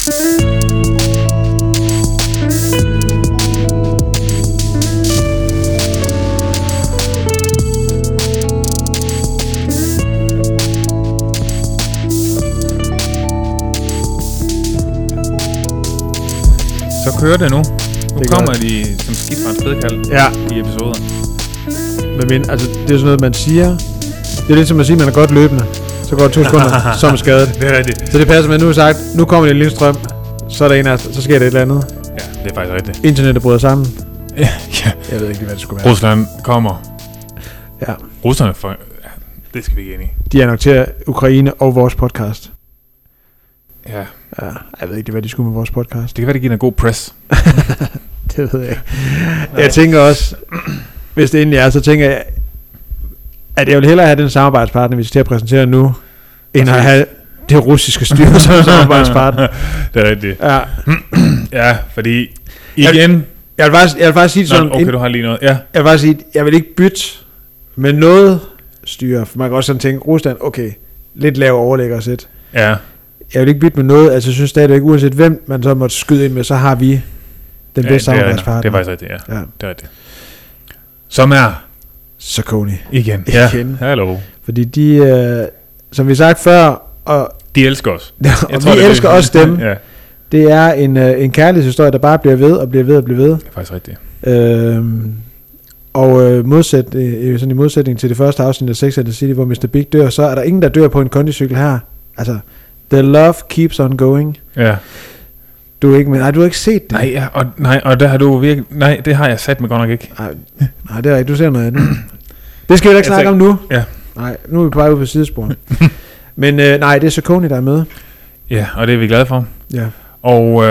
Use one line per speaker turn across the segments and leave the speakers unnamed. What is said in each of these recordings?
Så kører det nu. Nu kommer de som skidt fra en spædkald i episoder.
Men altså, det er sådan noget, man siger. Det er lidt som at sige, at man er godt løbende. Så går det 2 sekunder, så er man skadet.
Det er rigtigt.
Så det passer med, at nu har sagt, nu kommer det en lille strøm. Så er der en af så sker det et eller andet.
Ja, det er faktisk rigtigt.
Internettet bryder sammen.
Ja.
Jeg ved ikke, hvad det skulle være.
Rusland kommer.
Ja.
Russerne for... Ja, det skal vi ikke ind i.
De annokterer Ukraine og vores podcast.
Ja.
Jeg ved ikke, hvad de skulle med vores podcast.
Det kan være, det giver en god press.
Det ved jeg ikke. Jeg tænker også, hvis det endelig er, så tænker jeg, at jeg vil hellere have den samarbejdspartner, vi skal til at præsentere nu, end at have det russiske styre som samarbejdspartner.
Det er rigtigt.
Ja.
Ja, fordi igen...
Jeg vil faktisk sige sådan...
Okay, du har lige noget. Ja.
Jeg vil faktisk sige, jeg vil ikke bytte med noget styre. For man kan også sådan tænke, Rusland, okay, lidt lav overlæggersæt.
Ja.
Jeg vil ikke bytte med noget, altså jeg synes stadigvæk, uanset hvem man så måtte skyde ind med, så har vi den bedste samarbejdspartner.
Det er faktisk rigtigt, ja.
Ja.
Det er rigtigt. Som er...
Saucony.
Igen. Ja, hallo.
Fordi de, som vi sagt før, og
de elsker os.
og vi elsker også dem.
Ja.
Det er en kærlighedshistorie, der bare bliver ved og bliver ved og bliver ved.
Det er faktisk rigtigt.
I modsætning til det første afsnit af Sex and the City, hvor Mr. Big dør, så er der ingen, der dør på en kondicykel her. Altså, the love keeps on going.
Ja.
Du har ikke set det.
Og der har du virkelig... Nej, det har jeg sat mig godt nok ikke.
Nej, det er rigtigt. Du ser noget andet. Det skal vi da ikke snakke om nu.
Ja.
Nej, nu er vi på vej ud på sidesporet. Men nej, det er Saucony, der er med.
Ja, og det er vi glade for.
Ja.
Og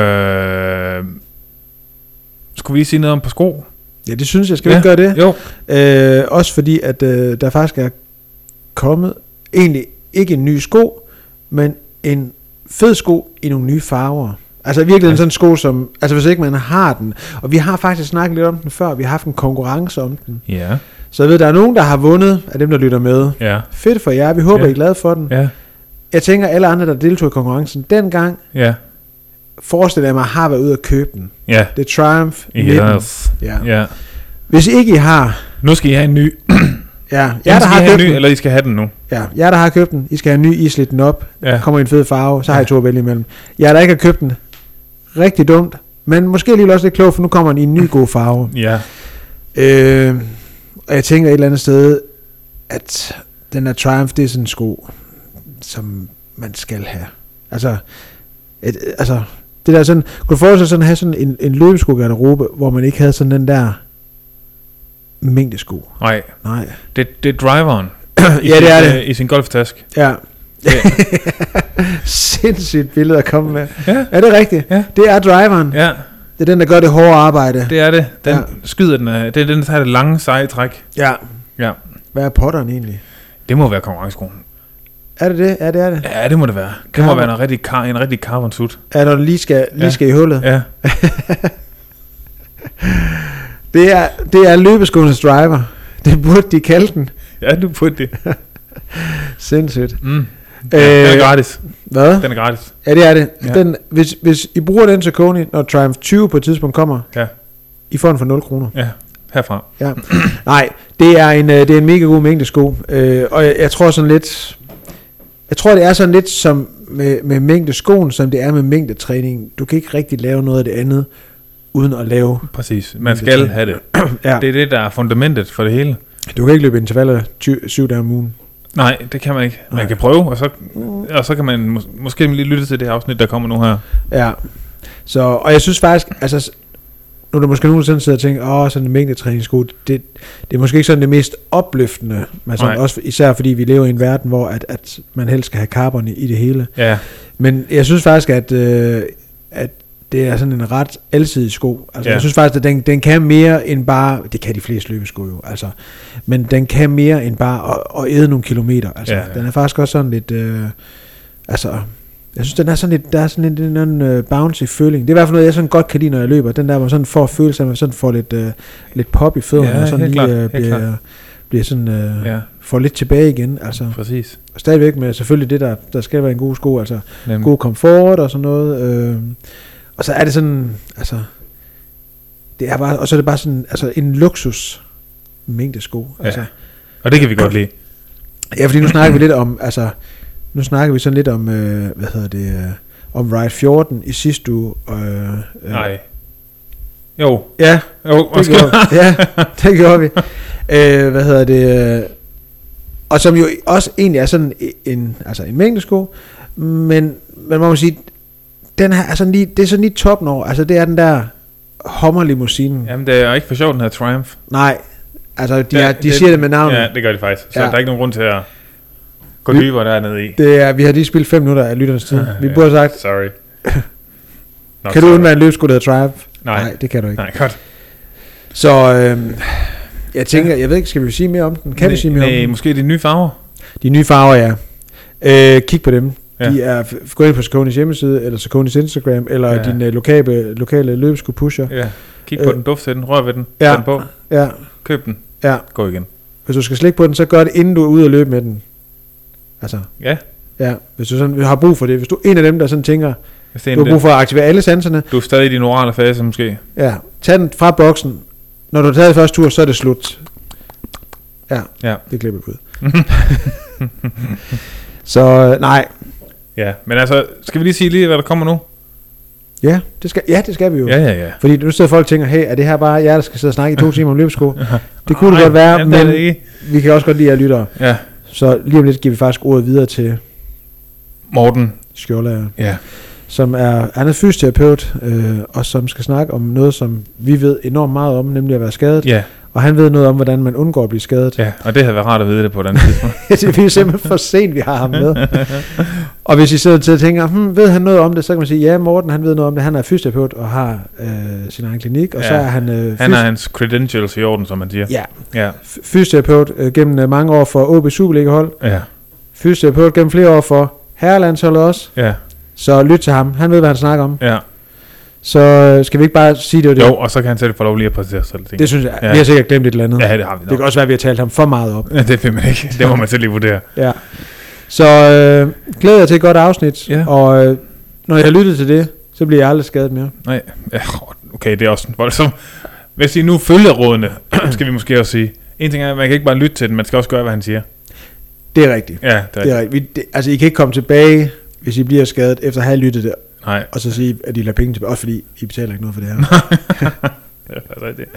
skulle vi lige sige noget om på sko?
Ja, det synes jeg. Skal vi ikke gøre det?
Jo.
Også fordi, at der faktisk er kommet egentlig ikke en ny sko, men en fed sko i nogle nye farver. Altså virkelig sådan en sko, som... Altså hvis ikke man har den. Og vi har faktisk snakket lidt om den før. Vi har haft en konkurrence om den.
Ja.
Så jeg ved, der er nogen, der har vundet af dem, der lytter med.
Ja.
Fedt for jer. Vi håber, I er glade for den.
Ja.
Jeg tænker, alle andre, der deltog i konkurrencen dengang, forestiller jeg mig, har været ude at købe den.
Ja.
Det er Triumph.
Yes.
Ja. Hvis ikke I har...
Nu skal I have en ny.
Ja, jeg der har købt den.
Eller I skal have den nu.
Ja, jeg der har købt den. I skal have en ny, I slidt den op. Kommer i en fed farve, så har I 2 at vælge imellem. Jeg der ikke har købt den. Rigtig dumt. Men måske alligevel også lidt klogt, for nu kommer den i en ny god farve.
Ja.
Og jeg tænker et eller andet sted, at den her Triumph, det er sådan en sko, som man skal have. Altså det der sådan, kunne du forestille sådan at have sådan en løbesko-garderobe, hvor man ikke havde sådan den der mængdesko?
Nej. Det er driveren.
Det er det.
I sin golftask.
Ja. Sindssygt billede at komme med.
Ja.
Er det rigtigt? Ja. Det er driveren.
Ja.
Det er den, der gør det hårde arbejde.
Det er det. Den skyder den. Det er den, der tager det lange, seje træk.
Ja.
Ja.
Hvad er potteren egentlig?
Det må være konkurrenceskoen.
Er det det? Ja, det er det.
Ja, det må det være. Det må være en rigtig carbon suit.
Ja, når du lige skal i hullet.
Ja.
det er løbeskoens driver. Det burde de kalde den.
Ja, du burde det.
Sindssygt.
Den er gratis.
Hvad?
Den er gratis.
Ja, det er det.
Ja.
Den, hvis I bruger den Saucony, når Triumph 20 på et tidspunkt kommer, I får den for 0 kroner.
Ja, herfra.
Ja. Nej, det er en mega god mængde sko. Og jeg tror sådan lidt... Jeg tror, det er sådan lidt som med mængde skoen, som det er med mængde træning. Du kan ikke rigtig lave noget af det andet, uden at lave...
Præcis. Man skal have det. Ja. Det er det, der er fundamentet for det hele.
Du kan ikke løbe intervaller 7 dage om ugen.
Nej, det kan man ikke. Man kan prøve, og så kan man måske lige lytte til det afsnit, der kommer nu her.
Ja. Så, og jeg synes faktisk, altså... Nu er der måske nogen, der sidder og tænker, sådan en mængdetræningssko, det er måske ikke sådan det mest opløftende, men sådan også, især fordi vi lever i en verden, hvor at man helst skal have carbon i det hele.
Ja.
Men jeg synes faktisk, at det er sådan en ret alsidig sko. Altså, jeg synes faktisk, at den kan mere end bare, det kan de fleste løbesko jo, altså, men den kan mere end bare at æde nogle kilometer. Altså, den er faktisk også sådan lidt, jeg synes, den er sådan lidt, der er sådan en bouncy føling. Det er i hvert fald noget, jeg sådan godt kan lide, når jeg løber. Den der, hvor sådan får følelsen, at man sådan får lidt pop i fødderne, og sådan lige bliver sådan får lidt tilbage igen. Altså,
præcis.
Stadigvæk med selvfølgelig det, der skal være en god sko, altså god komfort og sådan noget. Og så er det sådan, altså, det er bare, og så er det bare sådan, altså en luksus mængde sko. Altså.
Og det kan vi godt lide.
Ja, fordi nu snakker vi lidt om, altså, nu snakker vi sådan lidt om, om Ride 14 i sidste uge.
Nej. Jo.
Ja, det gjorde vi. Og som jo også egentlig er sådan en mængdesko, men man må sige, den her er sådan lige, det er sådan lige toppen over, altså det er den der Hummer-limousinen.
Jamen det er ikke for sjovt, den her Triumph.
Nej, altså de siger det med navnet.
Ja, det gør de faktisk, så der er ikke nogen grund til at gå dybere dernede i.
Det er, vi har lige spillet 5 minutter af lytternes tid. Vi burde have sagt,
sorry.
Kan du undvære en løbsko, der hedder Triumph?
Nej,
det kan du ikke.
Nej, godt.
Så jeg tænker, jeg ved ikke, skal vi sige mere om den? Kan vi sige mere om den?
Måske de nye farver.
De nye farver, ja. Kig på dem. Ja. De er gå ind på Sauconys hjemmeside, eller Sauconys Instagram, eller din lokale løbesko pusher.
Ja. Kig på den, duft til den, rør ved den, den på.
Ja.
Køb den.
Ja.
Gå igen.
Hvis du skal slikke på den, så gør det, inden du er ude og løbe med den. Altså.
Ja.
Ja, hvis du sådan har brug for det. Hvis du er en af dem, der sådan tænker, du har brug for at aktivere alle sanserne.
Du er stadig i din orale fase, måske.
Ja. Tag den fra boksen. Når du har taget første tur, så er det slut. Ja. Det klipper vi ud. Så nej.
Ja, men altså, skal vi lige sige hvad der kommer nu?
Ja, det skal vi jo.
Ja.
Fordi nu sidder folk og tænker, hey, er det her bare jer, der skal sidde og snakke i 2 timer om løbesko? Det kunne det godt være, men vi kan også godt lide at lytte.
Ja.
Så lige om lidt giver vi faktisk ordet videre til
Morten
Skjoldager,
som
han er fysioterapeut, og som skal snakke om noget, som vi ved enormt meget om, nemlig at være skadet.
Ja.
Og han ved noget om, hvordan man undgår at blive skadet.
Ja, og det havde været rart at vide det på den tidspunkt.
Det er simpelthen for sent, vi har ham med. Og hvis I sidder til at tænke, ved han noget om det, så kan man sige, ja, Morten, han ved noget om det. Han er fysioterapeut og har sin egen klinik, og så er han...
han har hans credentials i orden, som man siger.
Ja. Fysioterapeut gennem mange år for OB Superliga-hold.
Ja.
Fysioterapeut gennem flere år for herrelandsholdet også.
Ja. Så
lyt til ham. Han ved, hvad han snakker om.
Ja.
Så skal vi ikke bare sige det?
Jo, og så kan han selv få lov lige at præsentere sig selv.
Det synes jeg. Ja. Vi har sikkert glemt et eller andet.
Ja, det har vi nok.
Det kan også være, at vi har talt ham for meget op.
Ja, det vil man ikke. Det må man selv lige vurdere.
Ja. Så glæder jeg til et godt afsnit. Ja. Og når jeg har lyttet til det, så bliver jeg aldrig skadet mere.
Nej. Ja, okay, det er også voldsomt. Hvis I nu følger rådene, skal vi måske også sige. En ting er, at man kan ikke bare lytte til den, man skal også gøre, hvad han siger.
Det er rigtigt.
Ja, det er rigtigt.
Altså, I kan ikke komme tilbage, hvis I bliver skadet, efter at have lyttet det.
Nej.
Og så sige, at de lader penge tilbage. Også fordi, I betaler ikke noget for det her.
Det er faktisk rigtigt.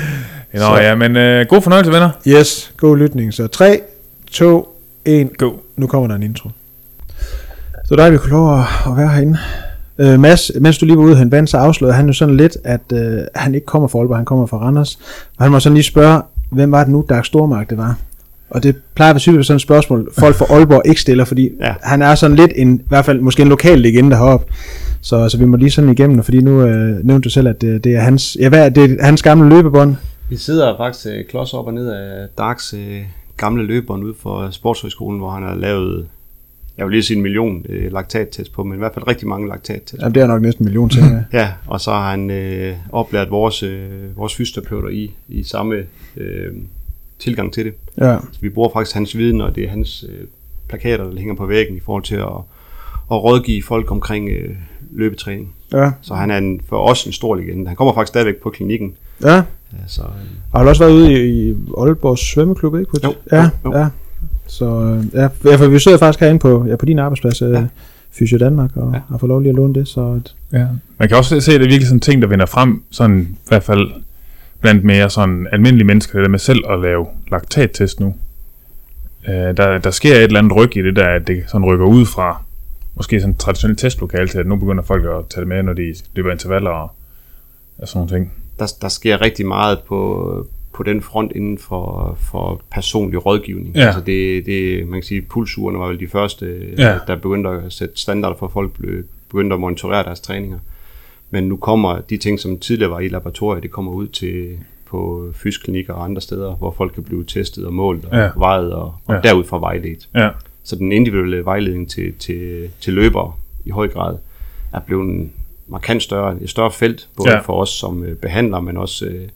Nå ja, men god fornøjelse, venner.
Yes, god lytning. Så 3, 2, 1,
go.
Nu kommer der en intro. Så der er vi kunne lov at være herinde. Mads, mens du lige var ude hen vand, så afslørede han jo sådan lidt, at han ikke kommer fra Aalborg, han kommer fra Randers. Og han må sådan lige spørge, hvem var det nu, Dag Stormark det var? Og det plejer at være sådan et spørgsmål, folk fra Aalborg ikke stiller, fordi han er sådan lidt i hvert fald måske en lokal legende heroppe. Så vi må lige sådan igennem, fordi nu nævnte du selv, at det er hans, det er hans gamle løbebånd.
Vi sidder faktisk klods op og ned af Dags gamle løbebånd ude for Sportshøjskolen, hvor han har lavet, jeg vil lige sige 1 million laktattest på, men i hvert fald rigtig mange laktattest.
Ja, det er nok næsten 1 million til.
Ja, og så har han oplært vores fysioterapeuter i samme tilgang til det.
Ja.
Så vi bruger faktisk hans viden, og det er hans plakater, der hænger på væggen i forhold til at rådgive folk omkring løbetræning.
Ja.
Så han er for os en stor legende. Han kommer faktisk stadigvæk på klinikken.
Ja. Så, har du også været ude i Aalborgs svømmeklub, ikke?
Jo.
Ja. Så for vi sidder faktisk herinde på din arbejdsplads, Fysio Danmark, og har fået lov lige at låne det. Så
man kan også se, at det er virkelig sådan en ting, der vinder frem, sådan i hvert fald blandt mere sådan almindelige mennesker, det der med selv at lave laktattest nu. Der sker et eller andet ryg i det der, at det sådan rykker ud fra måske sådan et traditionelt testlokale til, at nu begynder folk at tage det med, når de løber intervaller og sådan nogle ting.
Der sker rigtig meget på den front inden for personlig rådgivning.
Ja.
Altså det man kan sige, pulsurene var vel de første, der begyndte at sætte standarder for, at folk begyndte at monitorere deres træninger. Men nu kommer de ting, som tidligere var i laboratoriet, det kommer ud på fysklinikker og andre steder, hvor folk kan blive testet og målt og vejet og derudfra vejledt. Ja. Så den individuelle vejledning til løbere i høj grad er blevet markant større, et større felt, både for os som behandlere, men også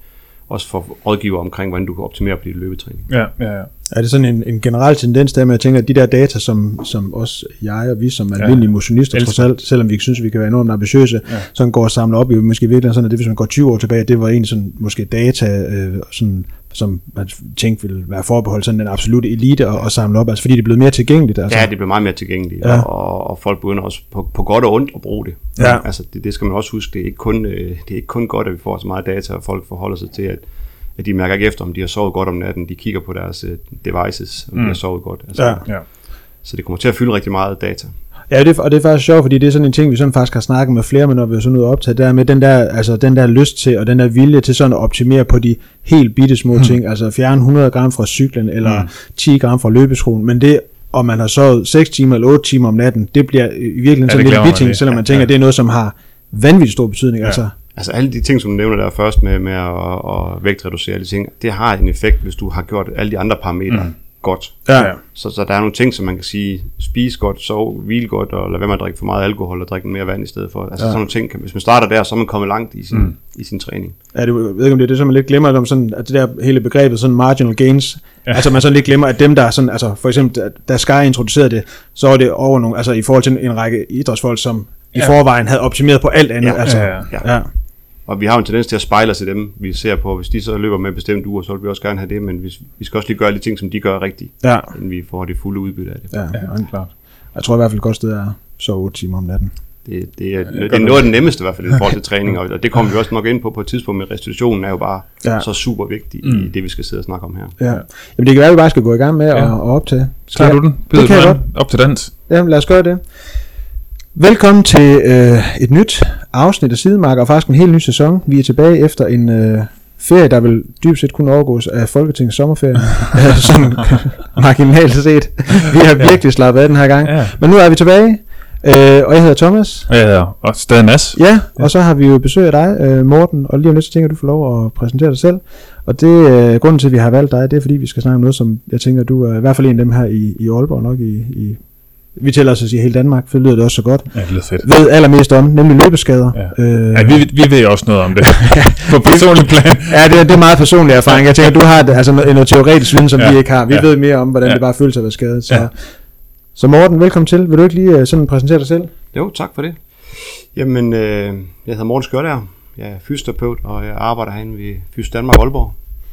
også for rådgiver omkring, hvordan du kan optimere på dit løbetræning.
Ja.
Er det sådan en generel tendens der med, at jeg tænker, at de der data, som også jeg og vi som almindelige motionister, trods alt, selvom vi ikke synes, vi kan være enormt ambitiøse, sådan går og samler op i måske virkelig sådan, at det, hvis man går 20 år tilbage, det var egentlig sådan måske data, sådan, som man tænkte ville være forbeholdt sådan den absolute elite og samle op, altså fordi det er blevet mere tilgængeligt. Altså.
Ja, det bliver meget mere tilgængeligt, og folk begynder også på godt og ondt at bruge det.
Ja.
Altså det skal man også huske, det er ikke kun godt, at vi får så meget data, og folk forholder sig til, at de mærker ikke efter, om de har sovet godt om natten. De kigger på deres devices, om de har sovet godt. Altså,
ja.
Så det kommer til at fylde rigtig meget data.
Ja, og det er faktisk sjovt, fordi det er sådan en ting, vi sådan faktisk har snakket med flere, men når vi er sådan ude optaget, der med den der lyst til, og den der vilje til sådan at optimere på de helt bitte små ting, altså fjerne 100 gram fra cyklen, eller 10 gram fra løbeskoen, men det, om man har sovet 6 timer eller 8 timer om natten, det bliver i virkeligheden sådan lidt biting, selvom man tænker, at det er noget, som har vanvittigt stor betydning.
Ja. Altså alle de ting, som du nævner der først med at vægtreducere de ting, det har en effekt, hvis du har gjort alle de andre parametre godt.
Ja.
Så der er nogle ting, som man kan sige, spise godt, sove, hvile godt, og lade være med at drikke for meget alkohol, og drikke mere vand i stedet for. Altså sådan nogle ting, hvis man starter der, så er man kommet langt i sin træning.
Ja, jeg ved ikke, om det er det, som man lidt glemmer, om sådan, at det der hele begrebet, sådan marginal gains, altså man så lidt glemmer, at dem der sådan, altså for eksempel, da Sky introducerede det, så var det over nogle, altså i forhold til en række idrætsfolk, som i forvejen havde optimeret på alt andet.
Ja. Og vi har en tendens til at spejle os i dem, vi ser på. Hvis de så løber med bestemte uger, så vil vi også gerne have det, men vi skal også lige gøre de ting, som de gør rigtigt, inden vi får det fulde udbytte af det.
Ja, klart. Jeg tror i hvert fald godt sted er så 8 timer om natten.
Det er noget af det nemmeste i hvert fald i forhold til træning, og det kommer vi også nok ind på et tidspunkt, men restitutionen er jo bare så super vigtig i det, vi skal sidde og snakke om her.
Ja. Jamen det kan være, at vi bare skal gå i gang med at optage.
Tager du den?
Det kan jeg godt.
Op til dans.
Ja, lad os gøre det. Velkommen til et nyt afsnit af Sidemarker, og faktisk en helt ny sæson. Vi er tilbage efter en ferie, der vil dybest set kun overgås af Folketingets sommerferie, sådan marginalt set. Vi har virkelig slappet af den her gang. Ja. Men nu er vi tilbage, og jeg hedder Thomas.
Og jeg hedder også stadig Mads.
Ja, og så har vi jo besøg af dig, Morten, og lige om lidt så tænker du får lov at præsentere dig selv. Og det grunden til, at vi har valgt dig, det er fordi, vi skal snakke om noget, som jeg tænker, du er i hvert fald en af dem her i Aalborg, nok i vi tæller os at sige hele Danmark, for det lyder det også så godt.
Ja, det lyder fedt.
Ved allermest om, nemlig løbeskader.
Ja, vi ved også noget om det. På personlig plan.
Ja, det er meget personlig erfaring. Jeg tænker, du har noget teoretisk viden, som vi ikke har. Vi ved mere om, hvordan det bare føles at være skadet. Så Morten, velkommen til. Vil du ikke lige sådan præsentere dig selv?
Jo, tak for det. Jamen, jeg hedder Morten Skjørdager. Jeg er fysioterapeut, og jeg arbejder herinde ved Fys Danmark Aalborg.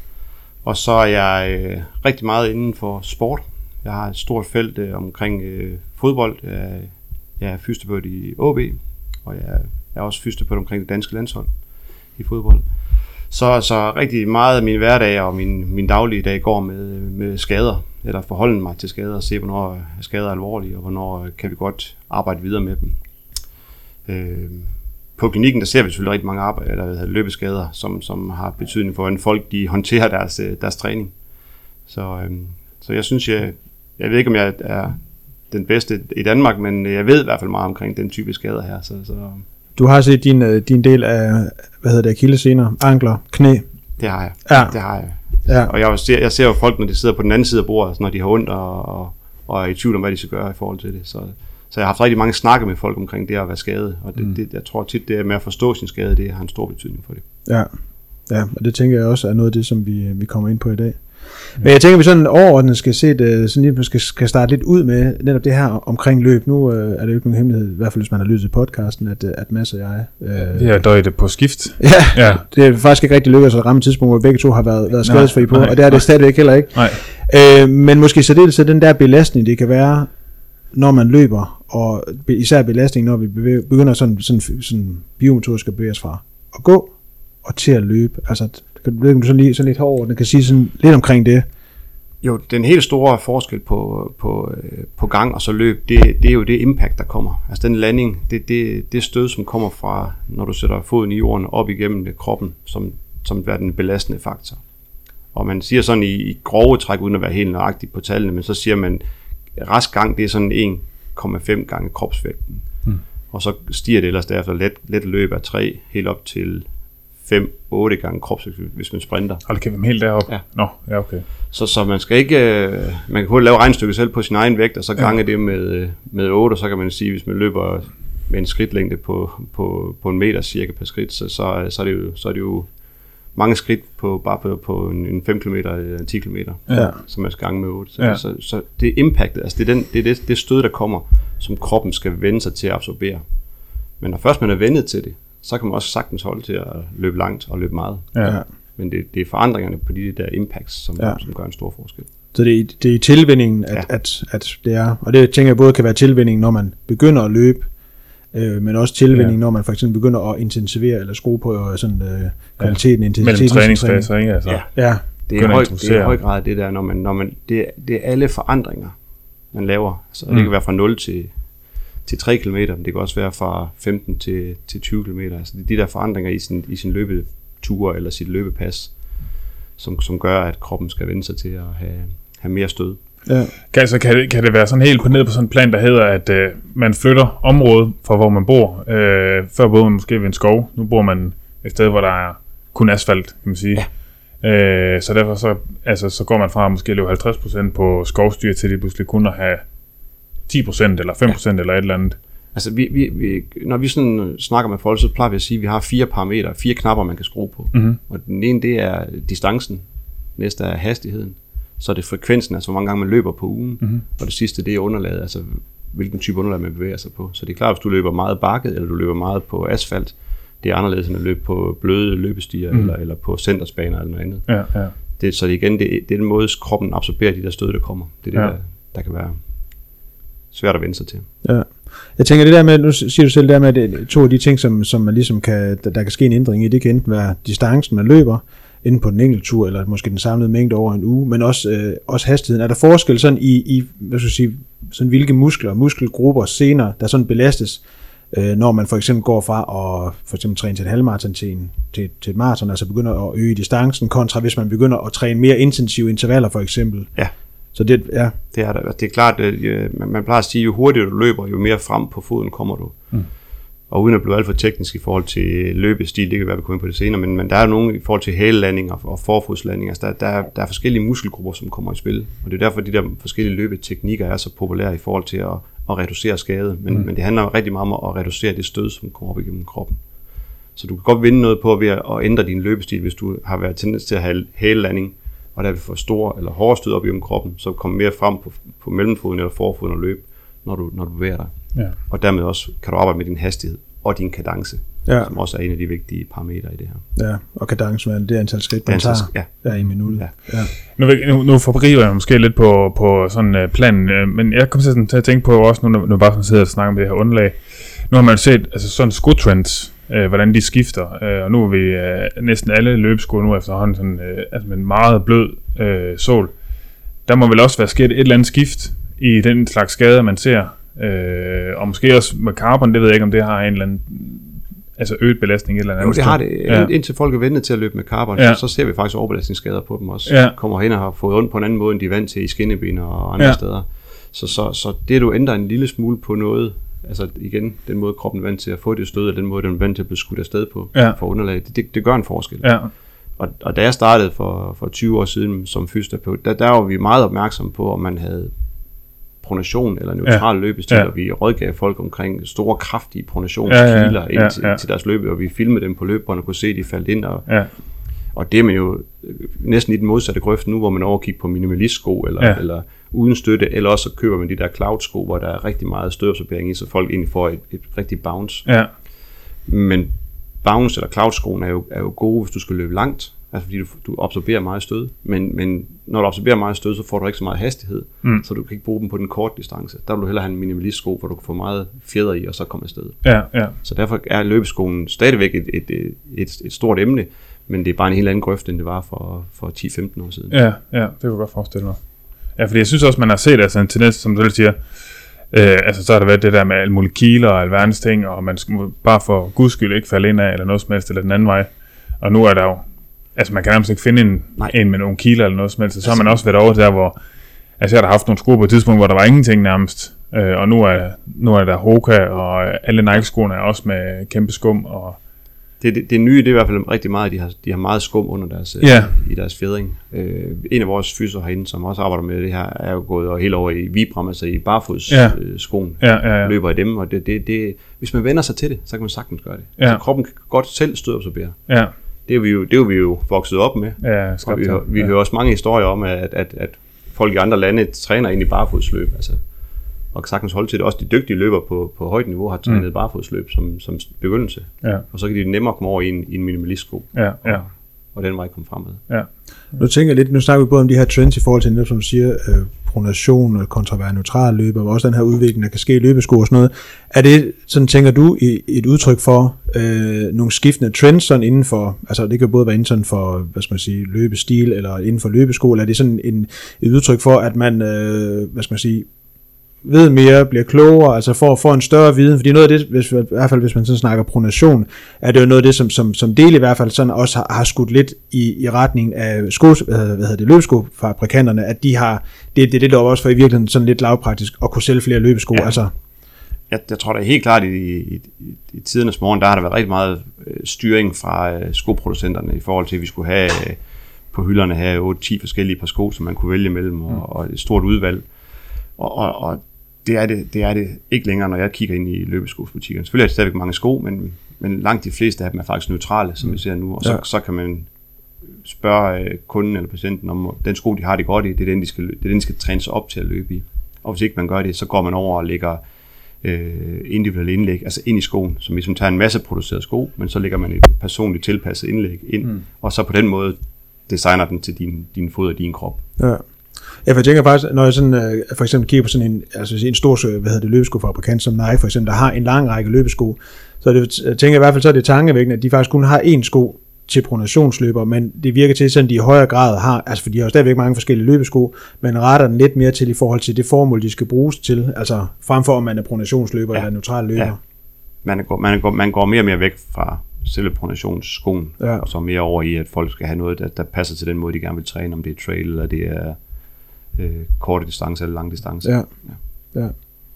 Og så er jeg rigtig meget inden for sport. Jeg har et stort felt omkring fodbold. Jeg er fysioterapeut i AB, og jeg er også fysioterapeut omkring det danske landshold i fodbold. Så rigtig meget af min hverdag og min daglige dag går med skader, eller forholde mig til skader og se, hvornår skader er alvorlige, og hvornår kan vi godt arbejde videre med dem. På klinikken der ser vi selvfølgelig rigtig mange løbeskader, som har betydning for, hvordan folk de håndterer deres træning. Så jeg synes, jeg ved ikke, om jeg er den bedste i Danmark, men jeg ved i hvert fald meget omkring den type skader her. Så.
Du har set din del af, akillessener, ankler, knæ.
Det har jeg.
Ja.
Det har jeg.
Ja.
Og jeg ser jo folk, når de sidder på den anden side af bordet, når de har ondt og er i tvivl om, hvad de skal gøre i forhold til det. Så jeg har haft rigtig mange snakke med folk omkring det at være skadet, og det, jeg tror tit, det med at forstå sin skade, det har en stor betydning for det.
Ja, og det tænker jeg også er noget af det, som vi kommer ind på i dag. Men jeg tænker, at vi sådan overordnet skal se det, sådan lige, skal starte lidt ud med netop det her omkring løb. Nu er det jo ikke nogen hemmelighed, i hvert fald hvis man har lyttet til podcasten, at Mads og jeg...
Vi har døjet på skift.
Ja, det er faktisk ikke rigtig lykkedes at ramme tidspunkt, hvor begge to har været skadesfri på, og det er det stadigvæk heller ikke.
Nej.
Men måske så det den der belastning, det kan være, når man løber, og især belastning, når vi begynder sådan biomotorisk at bevæge os fra at gå og til at løbe. Altså, kan du sådan lidt overordnet kan sige sådan lidt omkring det?
Jo, den helt store forskel på gang og så løb, det er jo det impact, der kommer. Altså den landing, det stød, som kommer fra, når du sætter foden i jorden op igennem kroppen, som er den belastende faktor. Og man siger sådan i grove træk, uden at være helt nøjagtig på tallene, men så siger man, rask gang, det er sådan 1,5 gange kropsvægten. Og så stiger det ellers derefter let løb af 3, helt op til 5-8 gange kropsvægt, hvis man sprinter.
Hold kæft, helt deroppe.
Ja.
Nå, ja, okay.
Så man skal ikke, man kan kun lave regnstykket selv på sin egen vægt, og så gange det med 8, og så kan man sige, hvis man løber med en skridtlængde på en meter cirka per skridt, så er det jo mange skridt på en 5 km eller 10 km, som man skal gange med 8. Så det er impactet, altså det er det stød, der kommer, som kroppen skal vende sig til at absorbere. Men når først man er vendet til det, så kan man også sagtens holde til at løbe langt og løbe meget. Ja. Men det er forandringerne på de der impacts, som gør en stor forskel.
Så det er i tilvænningen, at det er, og det tænker jeg både kan være tilvænningen, når man begynder at løbe, men også tilvænning, når man for eksempel begynder at intensivere eller skrue på sådan kvaliteten, intensiteten.
Mellem træningsfaser, ikke? Altså.
Ja. Det er i høj grad det der, når man det er alle forandringer, man laver. Så det kan være fra 0 til 3 km, men det kan også være fra 15 til 20 km. Altså de der forandringer i sin løbetur eller sit løbepas, som gør, at kroppen skal vende sig til at have mere stød.
Ja. Kan det være sådan helt på ned på sådan en plan, der hedder, at man flytter området fra, hvor man bor? Før boede man måske ved en skov. Nu bor man et sted, hvor der er kun asfalt, kan man sige. Ja. Så derfor så går man fra måske at løbe 50% på skovstyr til det pludselig kun at have 10% eller 5% eller et eller andet.
Altså når vi sådan snakker med folk, så plejer vi at sige, at vi har 4 parametre, 4 knapper, man kan skrue på. Mm-hmm. Og den ene, det er distancen. Næste er hastigheden. Så er det frekvensen, altså hvor mange gange man løber på ugen. Mm-hmm. Og det sidste, det er underlaget, altså hvilken type underlag man bevæger sig på. Så det er klart, hvis du løber meget bakket, eller du løber meget på asfalt, det er anderledes end at løbe på bløde løbestier, eller på centersbaner eller noget andet. Ja. Så det er den måde, kroppen absorberer de der stød, der kommer. Det er det, der kan være svært at vende sig til. Ja.
Jeg tænker det der med, nu siger du selv det der med, at 2 af de ting, som man ligesom der kan ske en ændring i, det kan enten være distancen, man løber, enten på den enkelte tur, eller måske den samlede mængde over en uge, men også hastigheden. Er der forskel sådan i hvad skal jeg sige, sådan hvilke muskelgrupper senere, der sådan belastes, når man for eksempel går fra at for eksempel træne til et halvmaraton til et maraton, altså begynder at øge distancen, kontra hvis man begynder at træne mere intensive intervaller for eksempel? Ja. Så det er
der. Det er klart, at man plejer at sige, jo hurtigere du løber, jo mere frem på foden kommer du. Mm. Og uden at blive alt for teknisk i forhold til løbestil, det kan være, vi kommer ind på det senere, men der er nogen i forhold til hælelanding og forfodslanding, altså der er forskellige muskelgrupper, som kommer i spil. Og det er derfor, de der forskellige løbeteknikker er så populære i forhold til at reducere skade. Men det handler rigtig meget om at reducere det stød, som kommer op igennem kroppen. Så du kan godt vinde noget på ved at ændre din løbestil, hvis du har været tendens til at have hælelanding, og der vil få stor eller hårde stød op igennem kroppen, så kommer mere frem på mellemfoden eller forfoden og løb, når du bevæger dig. Ja. Og dermed også kan du arbejde med din hastighed og din kadence, som også er en af de vigtige parametre i det her. Ja,
og kadence, det er antal skridt, man tager i minuttet. Ja.
Nu forbegriber jeg måske lidt på sådan planen, men jeg kom til at tænke på også, nu bare sådan sidder og snakker om det her underlag. Nu har man set altså sådan skotrends, hvordan de skifter, og nu er vi næsten alle løbesko nu efterhånden sådan, altså med en meget blød sål. Der må vel også være sket et eller andet skift i den slags skader, man ser, og måske også med carbon, det ved jeg ikke, om det har en eller anden altså øget belastning eller andet.
Jo, det har det. Ja. Indtil folk er vendt til at løbe med carbon, så ser vi faktisk overbelastningsskader på dem også. Ja. Kommer hen og har fået ondt på en anden måde, end de er vant til i skinneben og andre steder. Så det, du ændrer en lille smule på noget, altså igen, den måde kroppen er vant til at få det stød, og den måde, den er vant til at blive skudt afsted på for underlag, det gør en forskel. Ja. Og da jeg startede for 20 år siden som fysioterapeut, der var vi meget opmærksomme på, om man havde pronation eller neutral løbestil, og vi rådgav folk omkring store, kraftige pronationskiler ind til deres løb, og vi filmede dem på løbebånd og kunne se, at de faldt ind. Og det er man jo næsten i den modsatte grøft nu, hvor man overkigger på minimalistsko eller uden støtte, eller også så køber man de der cloud-sko, hvor der er rigtig meget stødabsorbering i, så folk egentlig får et rigtig bounce. Ja. Men bounce eller cloud-skoen er jo gode, hvis du skal løbe langt, altså fordi du absorberer meget stød, men når du absorberer meget stød, så får du ikke så meget hastighed, så du kan ikke bruge dem på den korte distance. Der vil du hellere have en minimalistsko, hvor du kan få meget fjeder i, og så komme afsted. Ja. Så derfor er løbeskoen stadigvæk et stort emne, men det er bare en helt anden grøft, end det var for 10-15 år siden. Ja, det kunne
jeg godt forestille mig. Ja, fordi jeg synes også, man har set altså en tendens, som du selv siger, altså så har der været det der med alle molekyler og alverdens ting, og man skal bare for guds skyld ikke falde ind af, eller noget som helst, eller den anden vej. Og nu er der jo, altså man kan nærmest ikke finde en med nogle kiler eller noget som helst, så har man også været over der, hvor, altså jeg har haft nogle sko på et tidspunkt, hvor der var ingenting nærmest, og nu er der Hoka, og alle Nike-skoene er også med kæmpe skum, og
det nye, det er i hvert fald rigtig meget, at de har meget skum under deres, i deres fjedring. En af vores fyser herinde, som også arbejder med det her, er jo gået helt over i Vibram, altså i barfodsskoen, løber i dem, og det, hvis man vender sig til det, så kan man sagtens gøre det. Så kroppen kan godt selv stødabsorbere. Ja. det er vi jo vokset op med.
Ja,
og vi hører også mange historier om, at folk i andre lande træner ind i barfodsløb, altså, og kan sagtens holde til det. Også de dygtige løber på højt niveau har trænet barfodsløb som begyndelse. Ja. Og så kan de nemmere komme over i en minimalistsko.
Ja.
Og den vej komme fremad.
Ja.
Nu snakker vi både om de her trends i forhold til netop, som du siger, pronation kontra være neutral løber, og også den her udvikling, der kan ske i løbesko og sådan noget. Er det, sådan tænker du, et udtryk for nogle skiftende trends sådan inden for, altså det kan både være inden sådan for, hvad skal man sige, løbestil, eller inden for løbesko, eller er det sådan et udtryk for, at man, hvad skal man sige, ved mere, bliver klogere, altså får en større viden, fordi noget af det, i hvert fald hvis man sådan snakker pronation, er det jo noget af det, som del i hvert fald sådan også har skudt lidt i retning af løbeskofabrikanterne, at de har, det er det der også for i virkeligheden sådan lidt lavpraktisk at kunne sælge flere løbesko, altså.
Jeg tror da helt klart, i tidernes morgen, der har der været rigtig meget styring fra skoproducenterne i forhold til, at vi skulle have på hylderne have 8-10 forskellige par sko, som man kunne vælge mellem, og et stort udvalg. Og det er det ikke længere, når jeg kigger ind i løbeskobutikkerne. Selvfølgelig er det stadigvæk mange sko, men langt de fleste af dem er faktisk neutrale, som vi ser nu. Og så kan man spørge kunden eller patienten om, den sko, de har det godt i, det er den, de skal træne sig op til at løbe i. Og hvis ikke man gør det, så går man over og lægger individuelle indlæg, altså ind i skoen, som ligesom tager en masse produceret sko, men så lægger man et personligt tilpasset indlæg ind, og så på den måde designer den til din fod og din krop.
Ja. Ja, for jeg tænker faktisk, når jeg sådan, for eksempel kigger på sådan en stor løbeskofabrikant som Nike for eksempel, der har en lang række løbesko, så jeg tænker i hvert fald, så er det tankevækkende, at de faktisk kun har én sko til pronationsløber, men det virker til, sådan de i højere grad har, altså for de har jo stadigvæk mange forskellige løbesko, men retter den lidt mere til i forhold til det formål, de skal bruges til, altså frem for om man er pronationsløber eller neutral løber.
Ja. Man går mere og mere væk fra selve pronationsskoen, og så mere over i, at folk skal have noget, der passer til den måde, de gerne vil træne, om det er trail, eller det er korte distance eller lang distance.
Ja.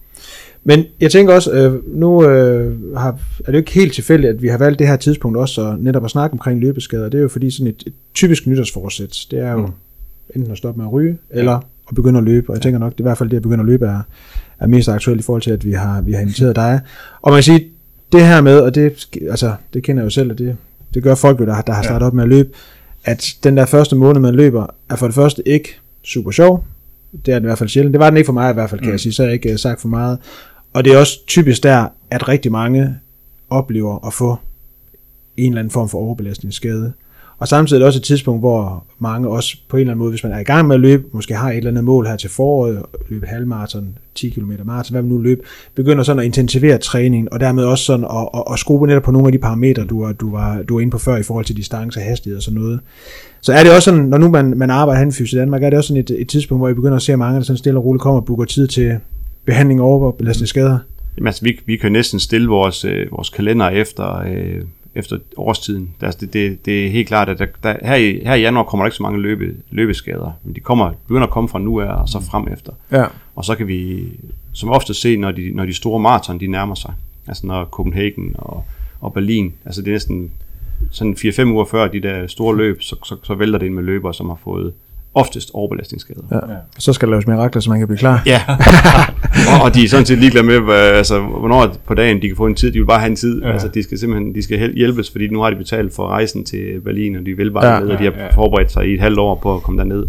Men jeg tænker også, nu er det jo ikke helt tilfældigt, at vi har valgt det her tidspunkt også netop at snakke omkring løbeskader. Det er jo fordi sådan et typisk nytårsforsæt, det er jo enten at stoppe med at ryge, eller at begynde at løbe. Og jeg tænker nok, det er i hvert fald det at begynde at løbe er mest aktuelt i forhold til, at vi har inviteret dig. Og man kan sige, det her med, og det kender jeg jo selv, og det gør folk jo, der har startet op med at løbe, at den der første måned, man løber, er for det første ikke super sjov. Det er den i hvert fald sjældent. Det var den ikke for mig i hvert fald, kan jeg sige, så har jeg ikke sagt for meget. Og det er også typisk der, at rigtig mange oplever at få en eller anden form for overbelastningsskade. Og samtidig er det også et tidspunkt, hvor mange også på en eller anden måde, hvis man er i gang med at løbe, måske har et eller andet mål her til foråret, løbe halvmaraton, 10 km maraton, hvad man nu løber, begynder sådan at intensivere træningen, og dermed også sådan at skrue netop på nogle af de parametre, du var inde på før i forhold til distance, hastighed og sådan noget. Så er det også sådan, når nu man arbejder hen i Fys i Danmark, er det også sådan et tidspunkt, hvor I begynder at se, at mange der sådan stille og roligt kommer og booker tid til behandling af overbelastningsskader?
Jamen altså, vi kan næsten stille vores kalender efter årstiden. Det er helt klart, at her i januar kommer der ikke så mange løbeskader, men de begynder at komme fra nu af og så frem efter. Ja. Og så kan vi som ofte se, når de store maraton de nærmer sig, altså når Copenhagen og Berlin, altså det er næsten sådan 4-5 uger før de der store løb, så vælter det ind med løbere, som har fået oftest overbelastningsskader. Ja.
Så skal der laves mirakler, så man kan blive klar.
Ja, og de er sådan set ligeglade med, hvornår på dagen de kan få en tid. De vil bare have en tid. Ja. Altså, de skal hjælpes, fordi nu har de betalt for rejsen til Berlin, og de vil bare ned, og de har forberedt sig i et halvt år på at komme derned.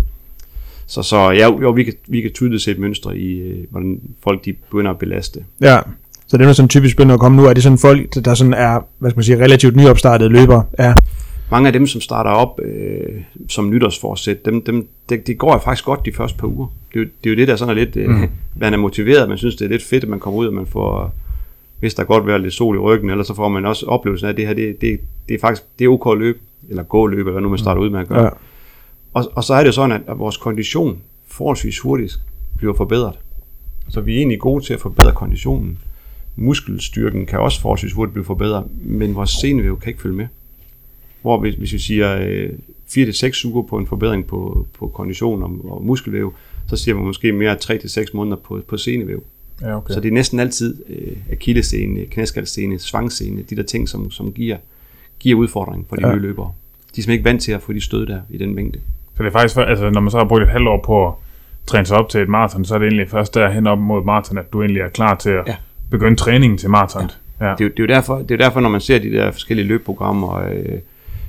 Så vi kan tydeligt se et mønster i, hvordan folk de begynder at belaste.
Ja, så det er sådan typisk begynder at komme nu. Er det sådan folk, der sådan er, hvad skal man sige, relativt nyopstartede løbere? Ja.
Mange af dem, som starter op som nytårsforsæt, det går faktisk godt de første par uger. Det er jo det, der sådan er lidt, man er motiveret, man synes, det er lidt fedt, at man kommer ud, og man får, hvis der godt være lidt sol i ryggen, eller så får man også oplevelsen af, at det her, det er faktisk, det er ok at løbe, eller gå løbe, eller hvad nu man starter ud med at gøre. Ja. Og så er det sådan, at vores kondition forholdsvis hurtigt bliver forbedret. Så vi er egentlig gode til at forbedre konditionen. Muskelstyrken kan også forholdsvis hurtigt blive forbedret, men vores senevæv kan ikke følge med. Hvor hvis vi siger 4-6 uger på en forbedring på kondition og muskelvæv, så siger man måske mere 3-6 måneder på senevæv. Ja, okay. Så det er næsten altid akillessene, knæskalssene, svangsene, de der ting, som giver udfordring for de nye løbere. De er simpelthen ikke vant til at få de stød der i den mængde.
Så det er faktisk, altså når man så har brugt et halvt år på at træne sig op til et maraton, så er det egentlig først derhen op mod maraton, at du egentlig er klar til at begynde træningen til maraton.
Ja. Det er jo derfor, når man ser de der forskellige løbeprogrammer,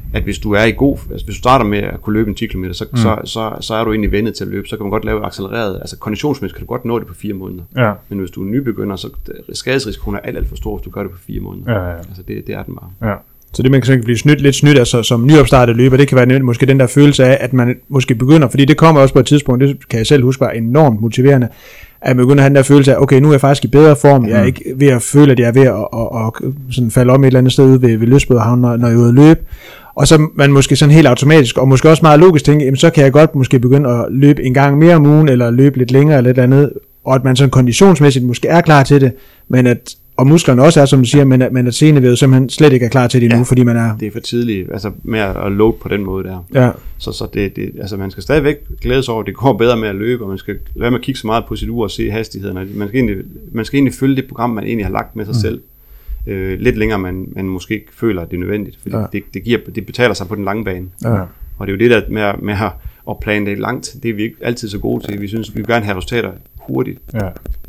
at hvis du er i god, altså hvis du starter med at kunne løbe en 10 km, så er du egentlig vendet til at løbe, så kan man godt lave accelereret, altså konditionsmæssigt kan du godt nå det på 4 måneder. Ja. Men hvis du er nybegynder, så skadesrisikoen er alt for stor, hvis du gør det på 4 måneder. Ja. Altså det er den bare. Ja.
Så det man kan blive lidt snydt altså som nyopstartet løber, det kan være måske den der følelse af, at man måske begynder, fordi det kommer også på et tidspunkt, det kan jeg selv huske var enormt motiverende, at man begynder at have den der følelse af, okay, nu er jeg faktisk i bedre form, jeg er ikke ved at føle, at jeg er ved at sådan falde om et eller andet sted ude ved Lystbådehavn, når jeg er ude at løbe. Og så man måske sådan helt automatisk, og måske også meget logisk tænke, jamen så kan jeg godt måske begynde at løbe en gang mere om ugen, eller løbe lidt længere eller et eller andet, og at man sådan konditionsmæssigt måske er klar til det, men at og musklerne også er, som du siger, men at senevævet simpelthen slet ikke er klar til det nu, fordi man er...
det er for tidligt, altså med at load på den måde der. Ja. Så det, altså man skal stadigvæk glæde sig over, det går bedre med at løbe, og man skal lade med at kigge så meget på sit ur og se hastighederne. Man skal egentlig følge det program, man egentlig har lagt med sig selv, lidt længere, man måske ikke føler, at det er nødvendigt, fordi det betaler sig på den lange bane. Ja. Og det er jo det der med at planlægge langt, det er vi ikke altid så gode til. Vi synes, vi vil gerne have resultater hurtigt. Ja.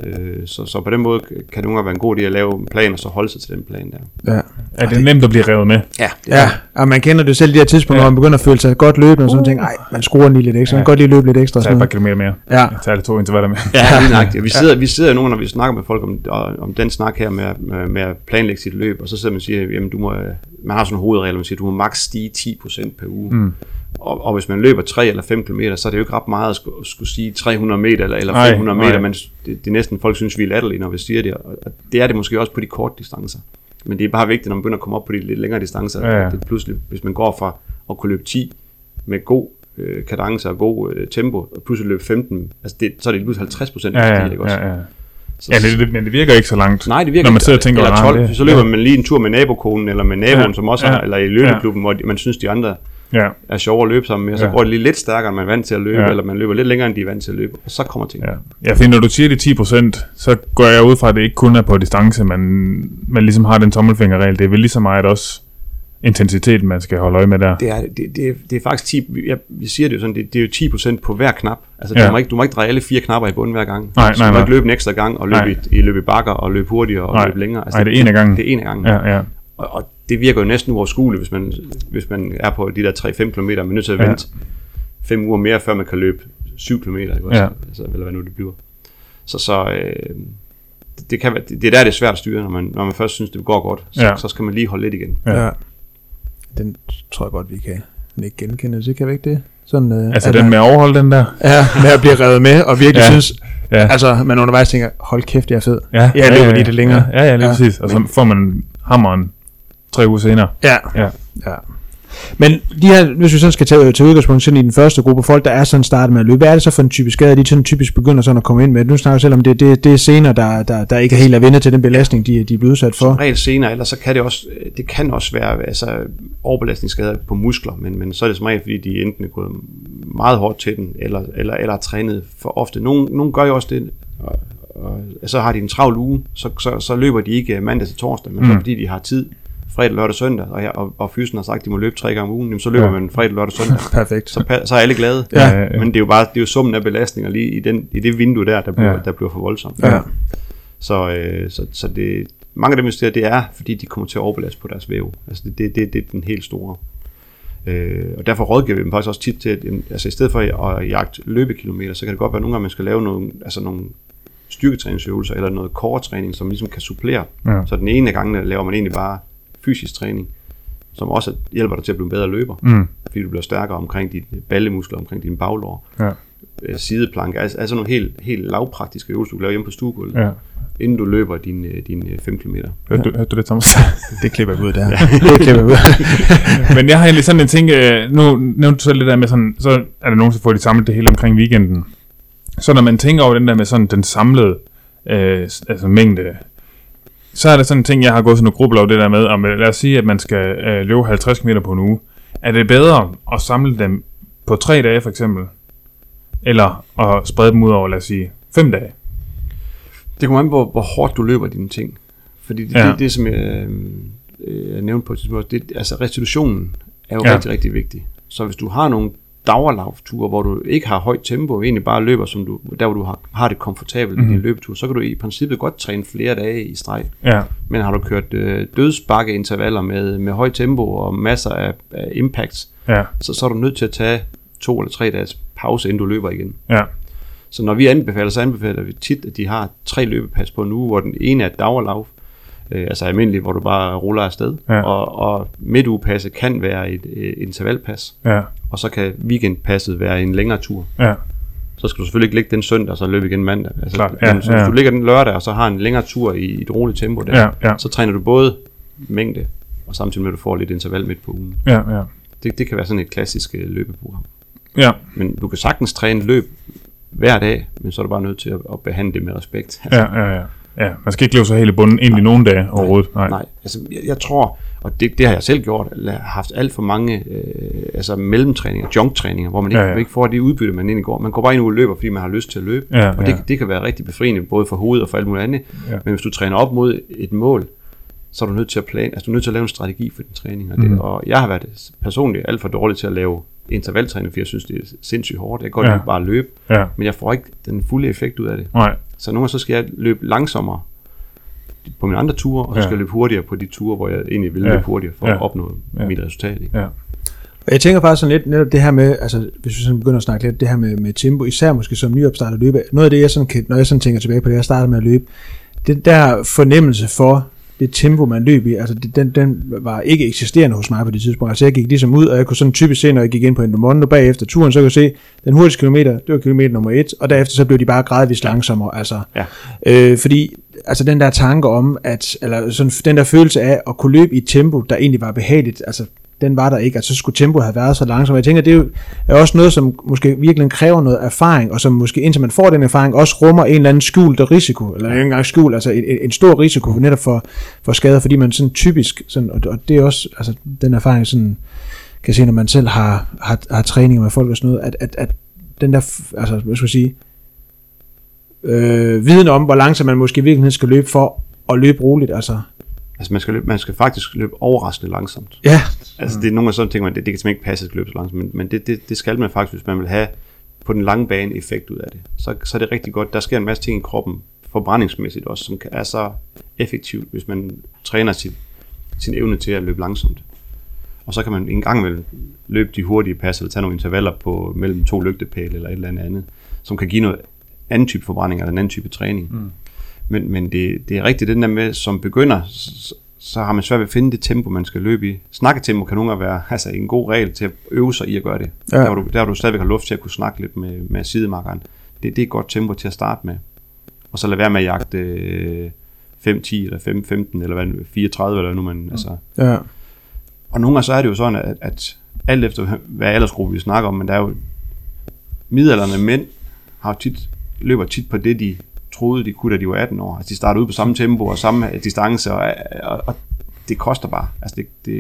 Så på den måde kan det nogle gange være en god idé at lave en plan, og så holde sig til den plan der.
Ja. Er det nemt at blive revet med?
Ja, og man kender det selv de her tidspunkter, hvor man begynder at føle sig godt løbende, og sådan tænker, man skruer lige lidt ekstra, man kan godt lige løbe lidt ekstra.
Tag et par kilometer mere. Ja. Tag det 2 intervaller mere.
Ja, vi sidder jo nogle, når vi snakker med folk om den snak her med at planlægge sit løb, og så sidder man og siger, jamen man har sådan en hovedregel, man siger, du må maks stige 10% per uge. Og hvis man løber 3 eller 5 km, så er det jo ikke ret meget at skulle sige 300 meter eller 500 meter, men det næsten folk synes, vi er latterlige, når vi siger det, og det er det måske også på de korte distancer. Men det er bare vigtigt, når man begynder at komme op på de lidt længere distancer, at det pludselig, hvis man går fra at kunne løbe 10 med god kadence og god tempo, og pludselig løbe 15, altså så er det pludselig 50% ikke også?
Men det virker ikke så langt.
Nej, det virker
når man sidder og tænker,
eller 12, så løber man lige en tur med nabokonen, eller med naboen, som også eller i løbeklubben, hvor man synes, de andre er sjovere at løbe sammen med, så går det lige lidt stærkere, end man er vant til at løbe, eller man løber lidt længere, end de er vant til at løbe, og så kommer ting.
Ja, for når du siger det 10%, så går jeg ud fra, at det ikke kun er på distance, man ligesom har den tommelfingerregel. Det er vel lige så meget også intensiteten, man skal holde øje med der.
Det er faktisk 10, vi siger det jo sådan, det er jo 10% på hver knap. Altså du må ikke dreje alle 4 knapper i bunden hver gang. Nej, du må ikke løbe en ekstra gang, og løbe i bakker, og løbe hurtigere, og løbe længere. Altså,
det er en af gangen.
Det er en af gangen. Ja. Og det virker jo næsten uoverskueligt, hvis man er på de der 3-5 km, man er nødt til at vente 5 uger mere, før man kan løbe 7 km, ikke også? Ja. Altså, eller hvad nu det bliver. Det er der, det er svært at styre, når man først synes, det går godt, så skal man lige holde lidt igen. Ja.
Den tror jeg godt, vi kan ikke genkende, så kan vi ikke det? Sådan,
altså den med at overholde den der?
Ja, med at blive revet med, og virkelig synes, altså man undervejs tænker, hold kæft, jeg er fed. Jeg løber lige det længere.
Ja, lige præcis. Og så får man hammeren 3 uger senere. Ja.
Men de her, hvis vi sådan skal tage udgangspunkt sådan i den første gruppe folk, der er sådan startet med at løbe, hvad er det så for en type skade, de sådan typisk begynder sådan at komme ind med? Nu snakker vi selv om det er sener, der ikke er helt er vendt til den belastning, de er blevet udsat for.
Som regel sener, ellers så kan det kan også være altså, overbelastningsskader på muskler, men så er det som regel, fordi de enten er gået meget hårdt til den, eller er trænet for ofte. Nogle gør jo også det, og så har de en travl uge, så løber de ikke mandag til torsdag, men så fordi de har tid, fredag, lørdag, søndag, og fysen har sagt, at de må løbe 3 gange om ugen, så løber man fredag, lørdag, søndag.
Perfekt.
Så er alle glade. Ja. Men det er jo summen af belastninger lige i det vindue der bliver for voldsomt. Ja. Så det, mange af dem, det er, fordi de kommer til at overbelaste på deres væv. Altså det er den helt store. Og derfor rådgiver vi dem faktisk også tit til, at i stedet for at jagte løbekilometer, så kan det godt være nogle gange, man skal lave nogle styrketræningsøvelser, eller noget core-træning, som ligesom kan supplere. Ja. Så den ene gang laver man egentlig bare fysisk træning, som også hjælper dig til at blive en bedre løber, fordi du bliver stærkere omkring dine ballemuskler, omkring dine baglår. Ja. Sideplanke, altså nogle helt lavpraktiske øvelser, du laver hjemme på stuegulvet, inden du løber dine 5 km.
Hørte du det, Thomas?
Det klipper jeg ud der.
Det klipper jeg ud. Men jeg har egentlig sådan en ting, nu nævnte du selv det der med sådan, så er der nogen, der får de samlet det hele omkring weekenden. Så når man tænker over den der med sådan den samlede altså mængde, så er der sådan en ting, jeg har gået sådan nogle grubler over det der med, om lad os sige, at man skal løbe 50 km på en uge. Er det bedre at samle dem på 3 dage for eksempel, eller at sprede dem ud over, lad os sige, 5 dage?
Det kommer an på, hvor hårdt du løber dine ting. Fordi det som jeg nævnte på et tidspunkt, altså restitutionen er jo rigtig, rigtig vigtig. Så hvis du har nogle dauerlaufture, hvor du ikke har højt tempo, og egentlig bare løber, som der hvor du har det komfortabelt i din løbetur, så kan du i princippet godt træne flere dage i streg.
Ja.
Men har du kørt dødsbakkeintervaller med højt tempo og masser af impacts, så er du nødt til at tage 2 eller 3 dages pause, inden du løber igen.
Ja.
Så når vi anbefaler, så anbefaler vi tit, at de har 3 løbepas på en uge, hvor den ene er et dauerlauf, altså almindelig, hvor du bare ruller afsted, og midtugepasset kan være et intervalpas, og så kan weekendpasset være en længere tur. Ja. Så skal du selvfølgelig ikke ligge den søndag, og så løbe igen mandag. Altså, så hvis du ligger den lørdag, og så har en længere tur i et roligt tempo der, så træner du både mængde, og samtidig med, at du får lidt interval midt på ugen. Det kan være sådan et klassisk løbeprogram. Ja. Men du kan sagtens træne løb hver dag, men så er du bare nødt til at behandle det med respekt. Altså.
Ja, man skal ikke leve så helt i bunden ind i nogle dage overhovedet.
Nej. Altså, jeg tror, og det har jeg selv gjort, har haft alt for mange mellemtræninger, junktræninger, hvor man ikke får det udbytte, man egentlig går. Man går bare ind og løber, fordi man har lyst til at løbe, og det kan være rigtig befriende, både for hovedet og for alt muligt andet. Men hvis du træner op mod et mål, så er du nødt til at du er nødt til at lave en strategi for din træning. Og jeg har været personligt alt for dårlig til at lave intervaltræning, for jeg synes, det er sindssygt hårdt. Jeg kan godt bare løbe, men jeg får ikke den fulde effekt ud af det. Nej. Så nogle gange så skal jeg løbe langsommere på mine andre ture, og så skal jeg løbe hurtigere på de ture, hvor jeg egentlig vil løbe hurtigere for at opnå mit resultat. Ikke? Ja.
Og jeg tænker faktisk sådan lidt netop det her med, altså hvis vi sådan begynder at snakke lidt det her med tempo, især måske som nyopstartet løber. Noget af det, jeg sådan når jeg sådan tænker tilbage på det, jeg startede med at løbe, det der fornemmelse for det tempo, man løb i, altså den var ikke eksisterende hos mig på det tidspunkt. Altså jeg gik ligesom ud, og jeg kunne sådan typisk se, når jeg gik ind på Endomondo bagefter turen, så kunne jeg se, den hurtigste kilometer, det var kilometer nummer 1, og derefter så blev de bare gradvist langsommere. Altså, fordi altså den der tanke om, eller sådan, den der følelse af at kunne løbe i et tempo, der egentlig var behageligt, altså den var der ikke, altså så skulle tempoet have været så langsomt. Jeg tænker, det er også noget, som måske virkelig kræver noget erfaring, og som måske indtil man får den erfaring, også rummer en eller anden skjult risiko, eller ikke engang skjult, altså en stor risiko netop for skader, fordi man sådan typisk, sådan, og det er også, altså den erfaring sådan, kan se, når man selv har træninger med folk og sådan noget, at den der, altså hvad skal jeg sige, viden om, hvor langsomt man måske i virkeligheden skal løbe for at løbe roligt, altså
man skal faktisk løbe overraskende langsomt.
Ja.
Altså det er nogle af sådan ting, det kan simpelthen ikke passe at løbe så langsomt, men det skal man faktisk, hvis man vil have på den lange bane effekt ud af det. Så er det rigtig godt. Der sker en masse ting i kroppen, forbrændingsmæssigt også, som er så effektivt, hvis man træner sin evne til at løbe langsomt. Og så kan man en gang imellem løbe de hurtige pas, eller tage nogle intervaller på mellem 2 lygtepæle eller et eller andet, som kan give noget anden type forbrænding eller en anden type træning. Men det er rigtigt, det der med, som begynder, så har man svært ved at finde det tempo, man skal løbe i. Snakketempo kan nogle gange være altså en god regel til at øve sig i at gøre det. Ja. Der hvor du stadigvæk har luft til at kunne snakke lidt med sidemarkeren. Det er et godt tempo til at starte med. Og så lad være med at jagte 5-10 eller 5-15 eller 34 eller nu man altså. Ja. Og nogle gange så er det jo sådan, at alt efter hvad aldersgruppe vi snakker om, men der er jo midaldrende mænd løber tit på det, de troede, de kunne, da de var 18 år. Altså, de startede ud på samme tempo og samme distance, og det koster bare. Altså,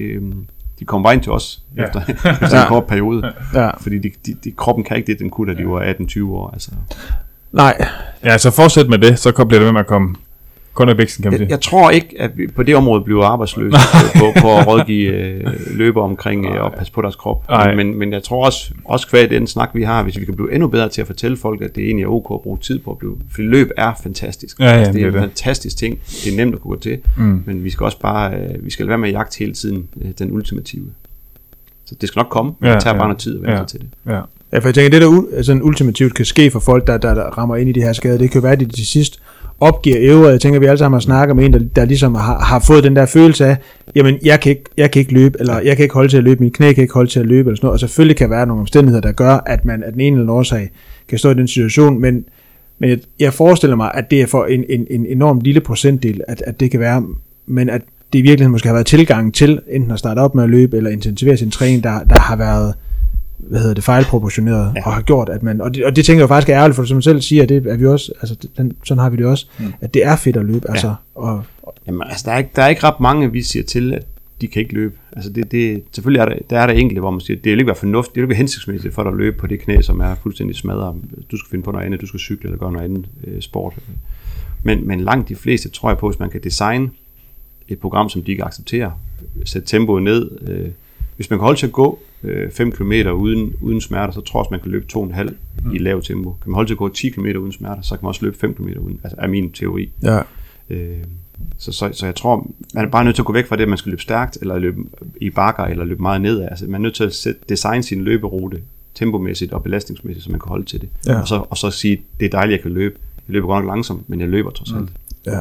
de kommer bare ind til os efter en kort periode. Ja. Fordi kroppen kan ikke det, den kunne, da de var 18-20 år. Altså.
Nej. Ja, så fortsæt med det, så bliver det med at komme kun af biksen, kan man sige.
Jeg tror ikke, at vi på det område bliver arbejdsløse på at rådgive løber omkring og passe på deres krop. Men jeg tror også kvad den snak, vi har, hvis vi kan blive endnu bedre til at fortælle folk, at det egentlig er ok at bruge tid på at blive. For løb er fantastisk. Altså, det er en fantastisk ting. Det er nemt at kunne gå til. Men vi skal også bare vi skal være med at jagte hele tiden den ultimative. Så det skal nok komme. Det tager bare noget tid at vente til det.
Ja, for jeg tænker, det der sådan ultimativt kan ske for folk, der rammer ind i de her skader, det kan jo være, at de til sidst opgiver øver. Jeg tænker, vi alle sammen har snakket med en, der ligesom har fået den der følelse af, jamen, jeg kan ikke løbe, eller jeg kan ikke holde til at løbe, mit knæ kan ikke holde til at løbe, eller sådan noget. Og selvfølgelig kan være nogle omstændigheder, der gør, at man af den ene eller anden årsag kan stå i den situation, men jeg forestiller mig, at det er for en enorm lille procentdel, at det kan være, men at det i virkeligheden måske har været tilgangen til, enten at starte op med at løbe, eller intensivere sin træning, der har været fejlproportioneret, og har gjort, at man, og det tænker jeg faktisk er ærgerligt, for som man selv siger, det er vi også, altså sådan har vi det også, at det er fedt at løbe, altså.
Jamen, altså der er ikke ret mange, vi siger til, at de kan ikke løbe. Altså selvfølgelig er der enkelte, hvor man siger, det vil ikke være fornuftigt, det vil ikke være hensigtsmæssigt for dig at løbe på det knæ, som er fuldstændig smadret. Du skal finde på noget andet, du skal cykle eller gøre noget andet sport. Men langt de fleste tror jeg på, hvis man kan designe et program, som de kan acceptere, sætte tempoet ned, hvis man kan holde til at gå 5 km uden smerter, så tror jeg, at man kan løbe 2,5 i lav tempo. Kan man holde til at gå 10 km uden smerter, så kan man også løbe 5 km uden, altså er min teori.
Ja.
Så jeg tror, man er bare nødt til at gå væk fra det, at man skal løbe stærkt, eller løbe i bakker, eller løbe meget nedad. Altså, man er nødt til at designe sin løberute tempomæssigt og belastningsmæssigt, så man kan holde til det. Ja. Og så sige, det er dejligt, jeg kan løbe. Jeg løber godt nok langsomt, men jeg løber trods alt.
Ja.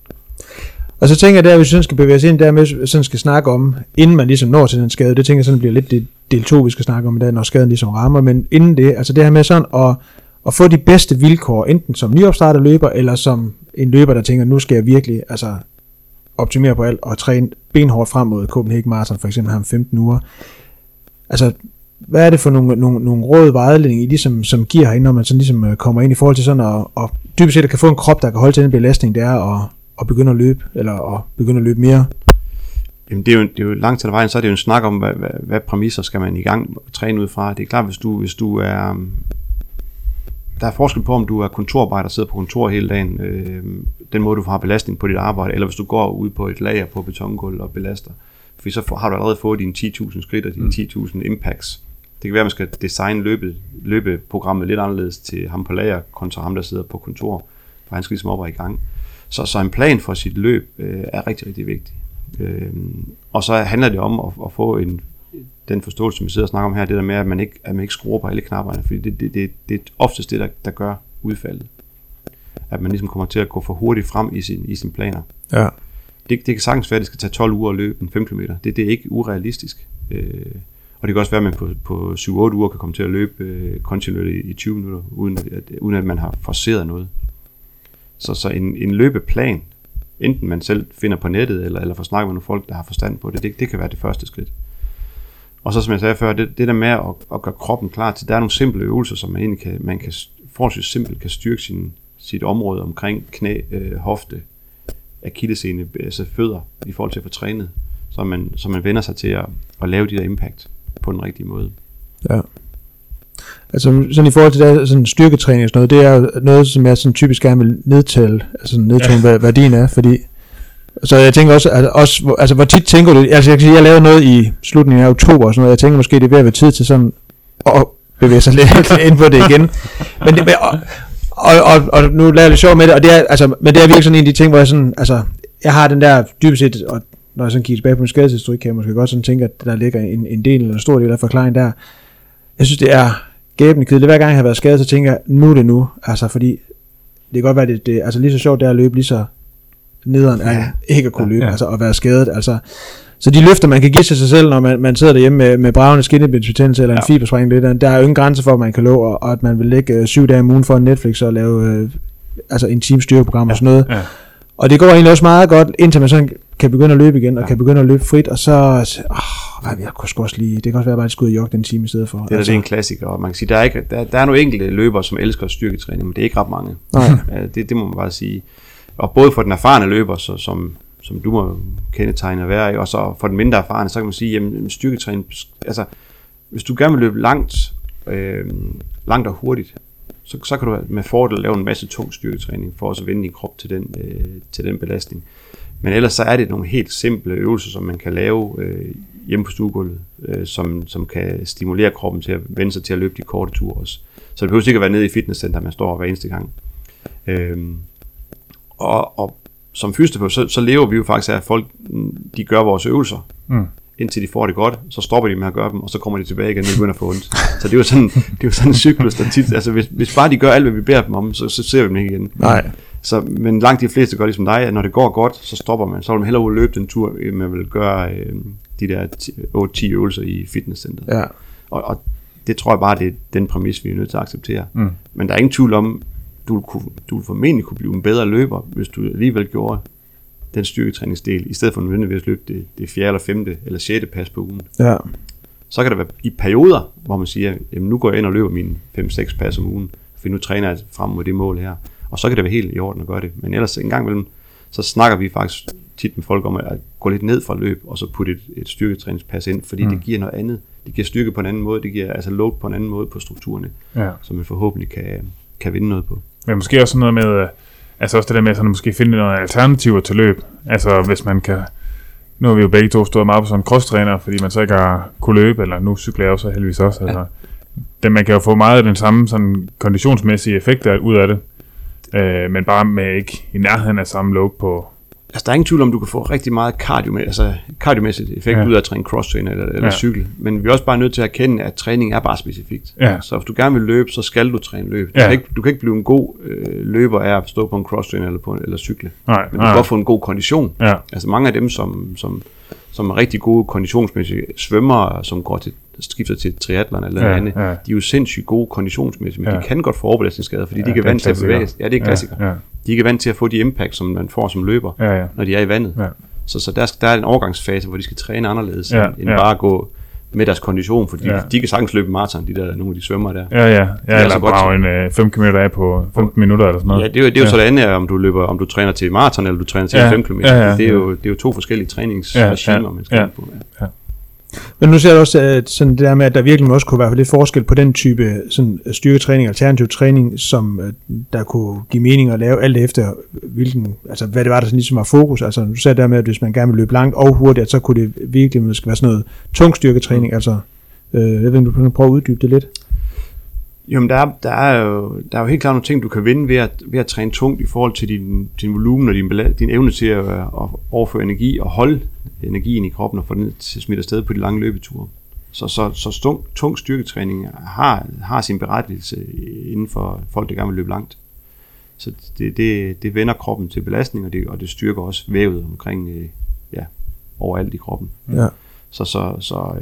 Og så tænker jeg, at hvis vi skal bevæge os ind der med, sådan skal snakke om, inden man ligesom når til den skade, det tænker jeg sådan bliver lidt del 2, vi skal snakke om i dag, når skaden ligesom rammer, men inden det, altså det her med sådan at få de bedste vilkår, enten som nyopstartet løber, eller som en løber, der tænker, nu skal jeg virkelig optimere på alt, og træne benhårdt frem mod Copenhagen Marathon, for eksempel her om 15 uger. Altså, hvad er det for nogle råd vejledning, I ligesom, som giver herinde, når man sådan ligesom kommer ind i forhold til sådan, og dybest set kan få en krop, der kan holde til den belastning, det er at begynde at løbe, eller at begynde at løbe mere?
Jamen det er jo langt til vejen, så er det jo en snak om, hvad præmisser skal man i gang træne ud fra. Det er klart, hvis du er... Der er forskel på, om du er kontorarbejder og sidder på kontor hele dagen, den måde, du har belastning på dit arbejde, eller hvis du går ud på et lager på betongulv og belaster. For så har du allerede fået dine 10.000 skridt og dine 10.000 impacts. Det kan være, at man skal designe løbeprogrammet lidt anderledes til ham på lager, kontra ham, der sidder på kontor, for han skal ligesom op og i gang. Så en plan for sit løb er rigtig, rigtig vigtig. Og så handler det om at få den forståelse, som vi sidder og snakker om her, det der med, at man ikke skruer på alle knapperne, fordi det er oftest det, der gør udfaldet. At man ligesom kommer til at gå for hurtigt frem i sine planer. Ja. Det kan sagtens være, at det skal tage 12 uger at løbe en 5 km. Det er ikke urealistisk. Og det kan også være, at man på 7-8 uger kan komme til at løbe kontinuerligt i 20 minutter, uden at man har forceret noget. Så en løbeplan, enten man selv finder på nettet, eller får snakket med nogle folk, der har forstand på det, det kan være det første skridt. Og så som jeg sagde før, det der med at gøre kroppen klar til, der er nogle simple øvelser, som man kan forholdsvis simpelt kan styrke sit område omkring knæ, hofte, akillessene, altså fødder, i forhold til at få trænet, så man vender sig til at lave de der impact på den rigtige måde.
Ja. Altså sådan i forhold til det, sådan styrketræning og sådan noget, det er jo noget, som jeg sådan typisk gerne vil nedtale, altså hvad værdien er, fordi så jeg tænker også, hvor tit tænker du, altså jeg kan sige, jeg lavede noget i slutningen af oktober og sådan noget, jeg tænker måske, det er ved at være tid til sådan at bevæge sig lidt ind på det igen, men det, og nu laver jeg lidt sjov med det, og det er, altså, men det er virkelig sådan en af de ting, hvor jeg sådan, altså, jeg har den der dybest set, og når jeg sådan kigger tilbage på min skadeshistorik, kan jeg måske godt sådan tænke, at der ligger en del, eller en stor del af forklaringen der. Jeg synes, det er gæbende kedeligt. Hver gang jeg har været skadet, så tænker jeg, nu er det nu, altså, fordi det kan godt være, det altså lige så sjovt det er at løbe, lige så nederen er ikke at kunne løbe, altså at være skadet, altså. Så de løfter, man kan give til sig selv, når man sidder derhjemme med bravende skinnebindsbetændelse eller en fibersprængning, der er jo ingen grænser for, at man kan lå, og at man vil lægge 7 dage om ugen for Netflix og lave altså en times styrkeprogram og sådan noget. Ja. Og det går egentlig også meget godt, indtil man sådan kan begynde at løbe igen, og kan begynde at løbe frit, og så, jeg kunne sgu også lige, det kan også være bare, at jeg skulle ud og jogge den time i stedet for.
Det er en klassiker, og man kan sige, der er nogle enkelte løbere, som elsker styrketræning, men det er ikke ret mange. Det må man bare sige. Og både for den erfarne løber, som du må kendetegne at være, og så for den mindre erfarne, så kan man sige, jamen styrketræning, altså hvis du gerne vil løbe langt og hurtigt, så kan du med fordel lave en masse tung styrketræning, for at vende din krop til den belastning. Men ellers så er det nogle helt simple øvelser, som man kan lave hjemme på stuegulvet, som kan stimulere kroppen til at vende sig til at løbe de korte ture også. Så det behøver ikke at være nede i fitnesscenter, man står hver eneste gang. Og som fysioterapeut, så lever vi jo faktisk af, at folk de gør vores øvelser, indtil de får det godt, så stopper de med at gøre dem, og så kommer de tilbage igen, og de begynder at få ondt. Så det er jo sådan en cyklus, der tit, altså hvis bare de gør alt, hvad vi beder dem om, så ser vi dem ikke igen.
Nej.
Men langt de fleste gør ligesom dig, at når det går godt, så stopper man. Så vil man hellere ud løbe den tur, man vil gøre de der 8-10 øvelser i fitnesscenteret. Ja. Og det tror jeg bare, det er den præmis, vi er nødt til at acceptere. Men der er ingen tvivl om, du vil formentlig kunne blive en bedre løber, hvis du alligevel gjorde den styrketræningsdel, i stedet for nødvendigvis at løbe det 4. eller 5. eller 6. pas på ugen. Ja. Så kan der være i perioder, hvor man siger, jamen nu går jeg ind og løber mine 5-6 pas om ugen, for nu træner jeg frem mod det mål her. Og så kan det være helt i orden at gøre det. Men ellers en gang imellem, så snakker vi faktisk tit med folk om at gå lidt ned fra løb, og så putte et styrketræningspas ind, fordi det giver noget andet. Det giver styrke på en anden måde, det giver altså load på en anden måde på strukturerne, som man forhåbentlig kan vinde noget på.
Men måske også sådan noget med, altså også det der med sådan, måske finde nogle alternativer til løb. Altså hvis man kan Nu har vi jo begge to stået meget på sådan en crosstræner, fordi man så ikke har kunne løbe, eller nu cykler jeg jo så heldigvis også. Altså. Man kan jo få meget af den samme sådan konditionsmæssige effekt ud af det, men bare med ikke i nærheden af samme load på.
Altså, der er ingen tvivl om, du kan få rigtig meget kardiomæssigt effekt ud af at træne cross-trainer eller cykel. Men vi er også bare nødt til at erkende, at træning er bare specifikt. Ja. Så hvis du gerne vil løbe, så skal du træne løb. Du kan ikke blive en god løber af at stå på en cross-trainer eller cykle. Men du kan godt få en god kondition. Ja. Altså mange af dem, som er rigtig gode konditionsmæssige svømmere, som skifter til triathlon eller andet, de er jo sindssygt gode konditionsmæssigt, men de kan godt få overbelastningsskader, fordi de ikke er vant til at bevæge. Ja, det er klassiker. Ja. De er ikke vant til at få de impact, som man får som løber, når de er i vandet. Ja. Så der er en overgangsfase, hvor de skal træne anderledes, end bare at gå med deres kondition, fordi de kan sagtens løbe maraton, nogle af de svømmer der.
Eller brage en 5 km af på 15 minutter eller sådan noget.
Ja, det er jo så det andet, om du træner til maraton, eller du træner til 5 km. Det er jo to forskellige træningsregimer, man skal på. Ja.
Men nu ser jeg også at sådan det der med, at der virkelig også kunne være lidt forskel på den type sådan styrketræning, alternativ træning, som der kunne give mening at lave alt efter hvad det var, der sådan ligesom var fokus. Altså nu ser jeg der med, at hvis man gerne vil løbe langt og hurtigt, så kunne det virkelig måske være sådan noget tung styrketræning. Altså, jeg ved ikke, du kan prøve at uddybe det lidt.
Jamen, der er jo helt klart nogle ting, du kan vinde ved at træne tungt i forhold til din volumen og din evne til at overføre energi og holde energien i kroppen og få den smidt afsted på de lange løbeture. Så tung styrketræning har sin berettigelse inden for folk, der gerne vil løbe langt. Så det vender kroppen til belastning, og det styrker også vævet omkring overalt i kroppen. Ja. Så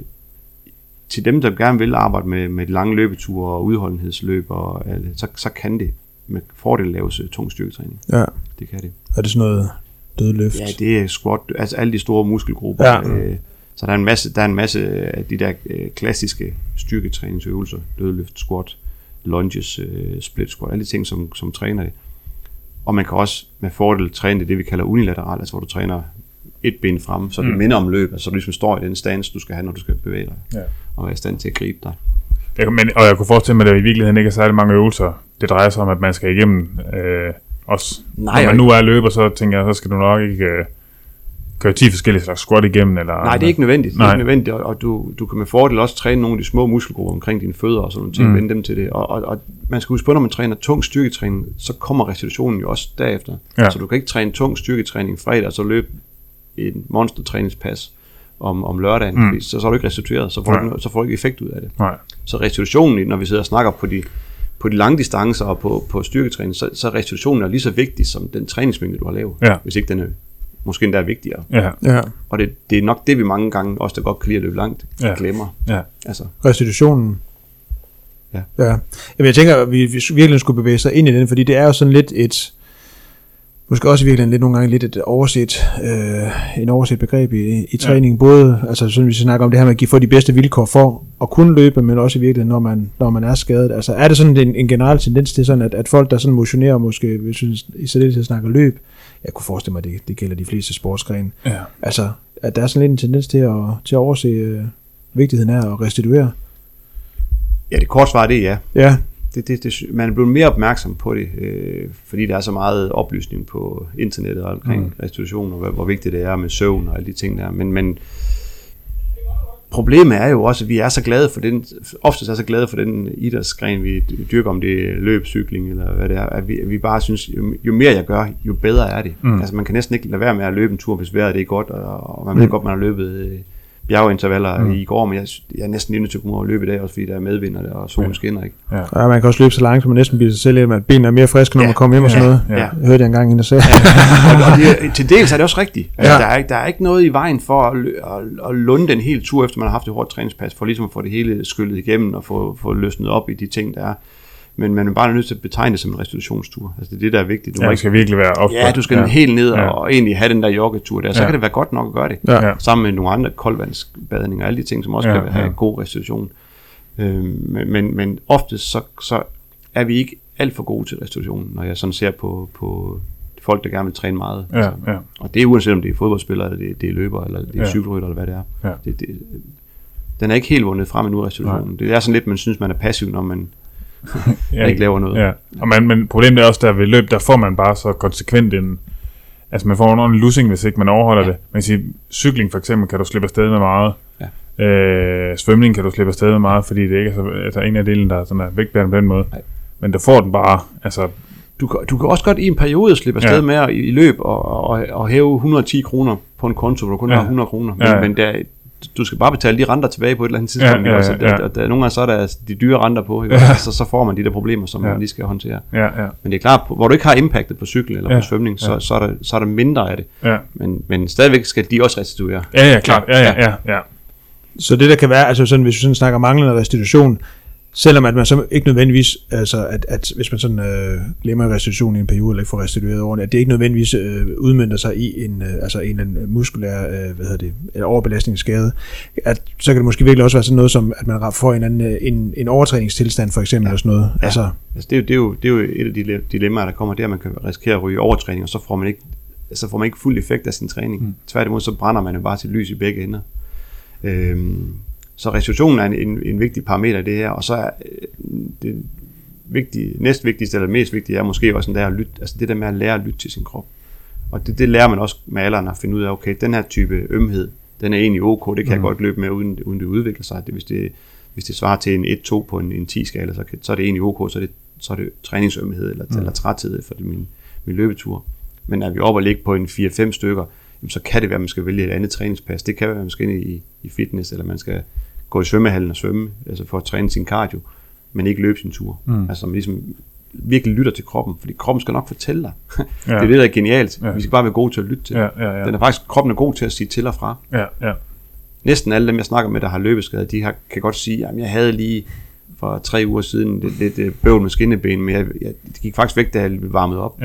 til dem, der gerne vil arbejde med de lange løbeture og udholdenhedsløb, så kan det med fordel laves tung styrketræning. Ja. Det kan det.
Er det sådan noget dødløft?
Ja, det er squat, altså alle de store muskelgrupper. Ja. Så der er en masse af de der klassiske styrketræningsøvelser, dødløft, squat, lunges, split squat, alle de ting, som træner det. Og man kan også med fordel træne det vi kalder unilateral, altså hvor du træner et ben frem, så det minder om løb, altså du ligesom står i den stance, du skal have, når du skal bevæge dig, og er i stand til at gribe dig.
Og jeg kunne forestille mig, at der i virkeligheden ikke er særlig mange øvelser. Det drejer sig om, at man skal igennem også. Når man nu er løber, så tænker jeg, så skal du nok ikke køre 10 forskellige slags squat igennem. Eller
nej, det er ikke nødvendigt. Det er ikke nødvendigt, og du kan med fordel også træne nogle af de små muskelgrupper omkring dine fødder og sådan nogle ting, vende dem til det. Og man skal huske på, når man træner tung styrketræning, så kommer restitutionen jo også derefter. Ja. Så du kan ikke træne tung styrketræning fredag, og så løbe en monstertræningspas om lørdagen, så er du ikke restitueret, så får du ikke effekt ud af det. Nej. Så restitutionen, når vi sidder og snakker på de lange distancer og på styrketræning, så restitutionen er lige så vigtig som den træningsmængde, du har lavet, hvis ikke den er måske endda vigtigere. Ja. Og det er nok det, vi mange gange, også der godt kan lide at løbe langt, glemmer. Ja. Altså.
Restitutionen. Ja. Jamen, jeg tænker, at vi virkelig skulle bevæge sig ind i den, fordi det er jo sådan lidt måske også virkelig lidt nogle gange lidt et overset begreb i træning, både altså sådan vi snakker om det her med at få de bedste vilkår for at kunne løbe, men også i virkeligheden når man er skadet. Altså er det sådan en generel tendens til sådan at folk der sådan motionerer måske, hvis vi i særdeleshed snakker løb, jeg kunne forestille mig det gælder de fleste sportsgrene. Ja. Altså at der er sådan lidt en tendens til at overse vigtigheden af at restituere.
Ja, det kort svar er det, ja. Ja. Man er blevet mere opmærksom på det, fordi der er så meget oplysning på internettet omkring restitution, og hvor vigtigt det er med søvn og alle de ting der. Men problemet er jo også, at vi er så glade for oftest er så glade for den idrætsgren, vi dyrker, om det er løb, cykling eller hvad det er, at vi bare synes, jo mere jeg gør, jo bedre er det. Altså man kan næsten ikke lade være med at løbe en tur, hvis vejret det er godt, og man ved godt, man har løbet bjergintervaller i går, men jeg er næsten lige nødt til at komme over og løbe i dag, også fordi der er medvind, og solen skinner, ikke?
Ja, man kan også løbe så langt, så man næsten bliver sig selv, at benene er mere friske, når man kommer hjem og sådan noget. Ja. Jeg hørte jeg engang, inden jeg sagde.
Og til dels er det også rigtigt. Altså, der er ikke noget i vejen for at lunde den hele tur, efter man har haft et hårdt træningspas, for ligesom at få det hele skyllet igennem, og få løsnet op i de ting, der er. Men man er bare nødt til at betegne det som en restitutionstur. Altså det er det, der er vigtigt.
Du skal virkelig være ofte.
Ja, du skal helt ned og egentlig have den der joggetur der. Så kan det være godt nok at gøre det. Sammen med nogle andre koldvandsbadninger og alle de ting, som også kan have god restitution. Men oftest så er vi ikke alt for gode til restitution, når jeg sådan ser på folk, der gerne vil træne meget. Ja, altså. Ja. Og det er uanset om det er fodboldspillere, eller det er løber, eller det er cykelrytter, eller hvad det er. Ja. Den er ikke helt vundet frem endnu, restitutionen. Det er sådan lidt, man synes, man er passiv, når man ikke laver noget.
Ja. Men problemet er også, der ved løb, der får man bare så konsekvent Altså man får en ordentlig lussing, hvis ikke man overholder det. Man kan sige, cykling for eksempel kan du slippe afsted med meget. Ja. Svømning kan du slippe afsted med meget, fordi det ikke er så en af delen, der sådan er vægtbærende på den måde. Nej. Men der får den bare, altså...
Du kan også godt i en periode slippe afsted med i løb og hæve 110 kroner på en konto, hvor du kun har 100 kroner. Men du skal bare betale de renter tilbage på et eller andet tidspunkt. Og nogle gange så er der de dyre renter på, så får man de der problemer, som man lige skal håndtere. Men det er klart, hvor du ikke har impactet på cykel eller på svømning, så er der mindre af det. Men stadigvæk skal de også restituere.
Ja, klart. Ja.
Så det der kan være, altså sådan, hvis vi sådan snakker manglende restitution, selvom at man så ikke nødvendigvis, altså at hvis man sådan glemmer restitution i en periode, eller ikke får restitueret ordentligt, at det ikke nødvendigvis udmønter sig i en muskulær, overbelastningsskade, at så kan det måske virkelig også være sådan noget som, at man får en overtræningstilstand for eksempel, eller sådan noget.
Ja. Altså det er jo et af de dilemmaer, der kommer der, at man kan risikere at ryge overtræning, og så får man ikke fuld effekt af sin træning. Tværtimod så brænder man jo bare til lys i begge ender. Så restitutionen er en vigtig parameter i det her, og så er det næstvigtigste eller mest vigtige er måske også at lytte, altså det der med at lære at lytte til sin krop. Og det lærer man også med alderen at finde ud af, okay, den her type ømhed, den er egentlig ok, det kan jeg godt løbe med, uden det udvikler sig. Hvis det svarer til en 1-2 på en 10-skala, så er det egentlig ok, så er det træningsømhed eller træthed for min løbetur. Men er vi oppe og ligge på en 4-5 stykker, så kan det være, at man skal vælge et andet træningspas. Det kan være, at man skal ind i fitness, eller man skal gå i svømmehallen og svømme, altså for at træne sin cardio, men ikke løbe sin tur. Altså man ligesom virkelig lytter til kroppen, fordi kroppen skal nok fortælle dig. Det er det, der er genialt. Vi skal bare være gode til at lytte til. Kroppen er god til at sige til og fra. Næsten alle dem, jeg snakker med, der har løbeskade, kan godt sige, at jeg havde lige for 3 uger siden lidt bøvl med skinneben, men det gik faktisk væk, da jeg varmede op.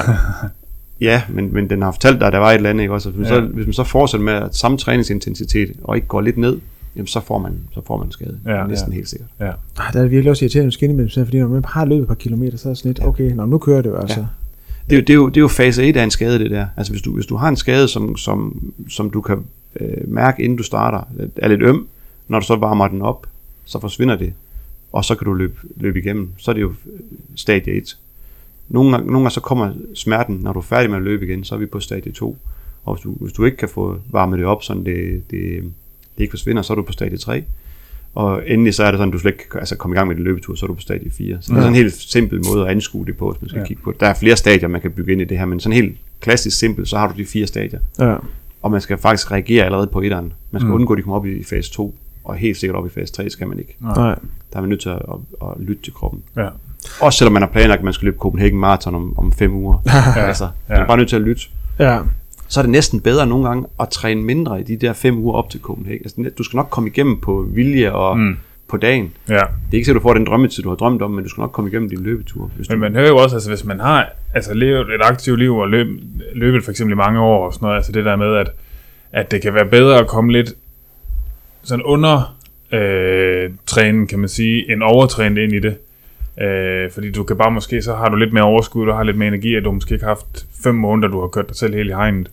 Ja, men den har fortalt dig, at der var et eller andet, ikke også? Hvis man så fortsætter med at samme træningsintensitet og ikke går lidt ned, jamen så får man skade. Næsten helt sikkert. Ja.
Der er virkelig også irriterende skinnemælm, fordi når man har løbet et par kilometer, så er det sådan lidt, okay, nu kører det jo altså.
Ja. Det er jo fase 1 af en skade, det der. Altså hvis du har en skade, som du kan mærke, inden du starter, er lidt øm, når du så varmer den op, så forsvinder det, og så kan du løbe igennem. Så er det jo stadie 1. Nogle gange så kommer smerten, når du er færdig med at løbe igen, så er vi på stadie 2. Og hvis du ikke kan få varmet det op, sådan det ikke forsvinder, så er du på stadie 3. Og endelig så er det sådan, at du slet ikke kan komme i gang med din løbetur, så er du på stadie 4. Så det er sådan en helt simpel måde at anskue det på, hvis man skal kigge på det. Der er flere stadier, man kan bygge ind i det her, men sådan helt klassisk simpelt, så har du de 4 stadier. Ja. Og man skal faktisk reagere allerede på etteren. Man skal undgå, at de kommer op i fase 2, og helt sikkert op i fase 3 skal man ikke. Nej. Der er man nødt til at lytte til kroppen. Ja. Også selvom man har planlagt, at man skal løbe Copenhagen Marathon om 5 uger. Altså, man er bare nødt til at lytte. Ja. Så er det næsten bedre nogle gange at træne mindre i de der 5 uger op til Copenhagen. Altså, du skal nok komme igennem på vilje og på dagen. Ja. Det er ikke sikkert, du får den drømmetid, du har drømt om, men du skal nok komme igennem din løbetur.
Men man hører jo også, altså hvis man har levet et aktivt liv og løbet for eksempel i mange år og sådan noget, altså det der med, at det kan være bedre at komme lidt sådan under trænen, kan man sige, end overtrænet ind i det. Fordi du kan bare måske, så har du lidt mere overskud, du har lidt mere energi, at du måske ikke har haft 5 måneder, du har kørt dig selv helt i hegnet,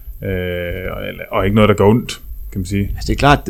og ikke noget, der går ondt, kan man sige.
Altså det er klart,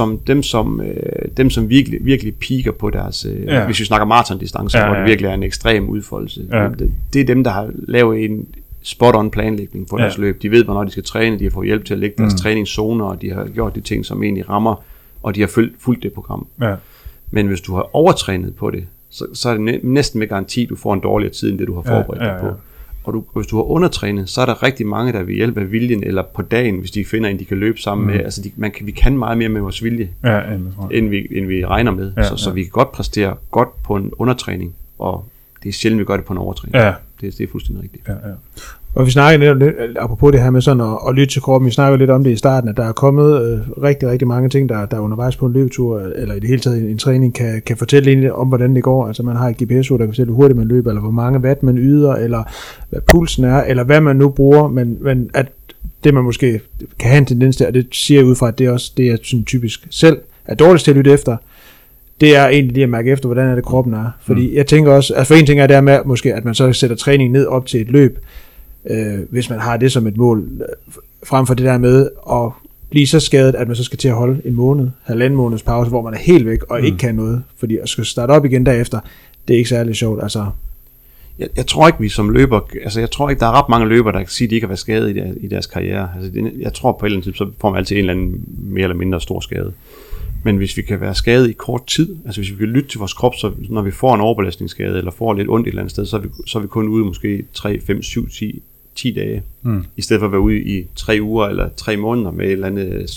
dem som virkelig piker på deres, hvis vi snakker maratondistancer, hvor det virkelig er en ekstrem udfoldelse, det er dem, der har lavet en spot-on planlægning på deres løb. De ved, hvornår de skal træne, de har fået hjælp til at lægge deres træningszoner, og de har gjort de ting, som egentlig rammer, og de har fulgt det program. Ja. Men hvis du har overtrænet på det, så er det næsten med garanti, du får en dårligere tid, end det du har forberedt dig på. Og hvis du har undertrænet, så er der rigtig mange, der vil hjælpe af viljen, eller på dagen, hvis de finder en, de kan løbe sammen med. Altså vi kan meget mere med vores vilje, end vi regner med. Så vi kan godt præstere godt på en undertræning, og det er sjældent, vi gør det på en overtræning. Ja. Det er fuldstændig rigtigt. Ja.
Og vi snakker lidt, apropos det her med sådan at lytte til kroppen, vi snakker lidt om det i starten, at der er kommet rigtig, rigtig mange ting, der er undervejs på en løbetur, eller i det hele taget en træning, kan fortælle en om, hvordan det går. Altså man har et GPS-ur, der kan fortælle, hvor hurtigt man løber, eller hvor mange watt man yder, eller hvad pulsen er, eller hvad man nu bruger, men at det man måske kan have en tendens til, og det siger jeg ud fra, at det er også det, jeg sådan typisk selv er dårligst til at lytte efter, det er egentlig det at mærke efter, hvordan er det kroppen er. Fordi jeg tænker også, altså for en ting er det med, måske, at man så sætter træning ned op til et løb, hvis man har det som et mål, frem for det der med at blive så skadet, at man så skal til at holde en måned, 1,5 måneds pause, hvor man er helt væk og ikke kan noget, fordi at skal starte op igen derefter, det er ikke særlig sjovt. Altså.
Jeg tror ikke, vi som løber, altså jeg tror ikke, der er ret mange løbere, der kan sige, at de ikke har været skadet i deres karriere. Altså jeg tror på et eller andet tidspunkt, så får man altid en eller anden mere eller mindre stor skade. Men hvis vi kan være skadet i kort tid, altså hvis vi kan lytte til vores krop, så når vi får en overbelastningsskade, eller får lidt ondt et eller andet sted, så er vi kun ude måske 3, 5, 7, 10 dage, i stedet for at være ude i 3 uger eller 3 måneder med et eller andet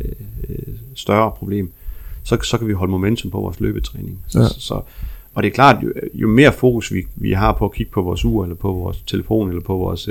større problem. Så kan vi holde momentum på vores løbetræning. Og det er klart, jo mere fokus vi har på at kigge på vores ur, eller på vores telefon, eller på vores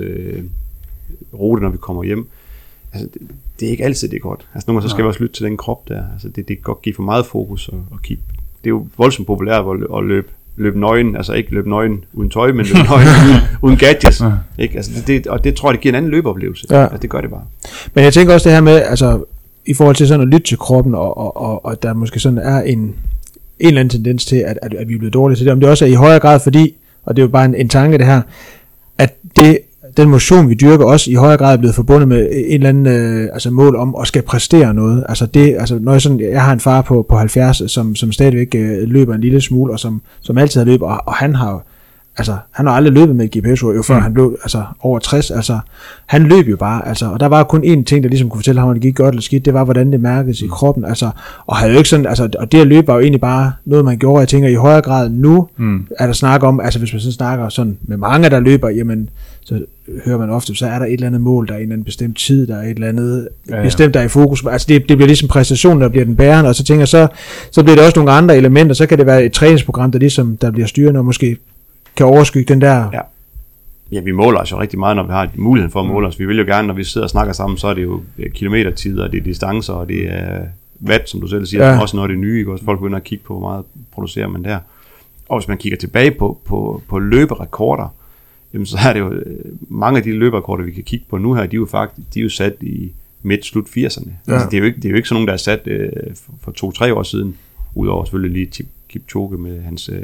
rute, når vi kommer hjem, altså det er ikke altid det er godt. Altså nogle gange så skal vi også lytte til den krop der. Altså det kan godt give for meget fokus og kigge. Det er jo voldsomt populært at løbe nøgen, altså ikke løbe nøgen uden tøj, men løbe nøgen uden gadgets. Ikke? Altså og det tror jeg, det giver en anden løbeoplevelse. Ja. Altså det gør det bare.
Men jeg tænker også det her med, altså i forhold til sådan at lytte til kroppen, og der måske sådan er en eller anden tendens til, at vi er blevet dårlige til det. Om det også er i højere grad fordi, og det er jo bare en tanke det her, at den motion vi dyrker også i højere grad er blevet forbundet med en eller anden altså mål om at skal præstere noget. Altså når jeg har en far på 70, som stadigvæk løber en lille smule, og som altid har løbet, og han har han har aldrig løbet med et GPS-ur, jo før han blev over 60, han løb jo bare, og der var kun én ting, der ligesom kunne fortælle ham, om det gik godt eller skidt, det var, hvordan det mærkedes i kroppen, og havde jo ikke sådan, og det at løbe var jo egentlig bare noget, man gjorde, jeg tænker, i højere grad nu, er der snak om, hvis man sådan snakker sådan med mange, der løber, jamen, så hører man ofte, så er der et eller andet mål, der er en eller anden bestemt tid, der er et eller andet bestemt, der er i fokus, det bliver ligesom præstationen, der bliver den bærende, og så tænker jeg, så bliver det også nogle andre elementer, så kan det være et træningsprogram, der bliver styrende, og måske kan overskygge den der.
Ja, vi måler os jo rigtig meget, når vi har muligheden for at måle os. Vi vil jo gerne, når vi sidder og snakker sammen, så er det jo kilometertider, det er distancer, og det er watt, som du selv siger, også noget af det nye, ikke? Også folk begynder at kigge på, hvor meget producerer man der. Og hvis man kigger tilbage på løberekorder, jamen så er det jo mange af de løberekorder, vi kan kigge på nu her, de er jo sat i midt-slut 80'erne. Ja. Altså, det er jo ikke sådan nogen, der er sat for 2-3 år siden, udover selvfølgelig lige Kipchoge med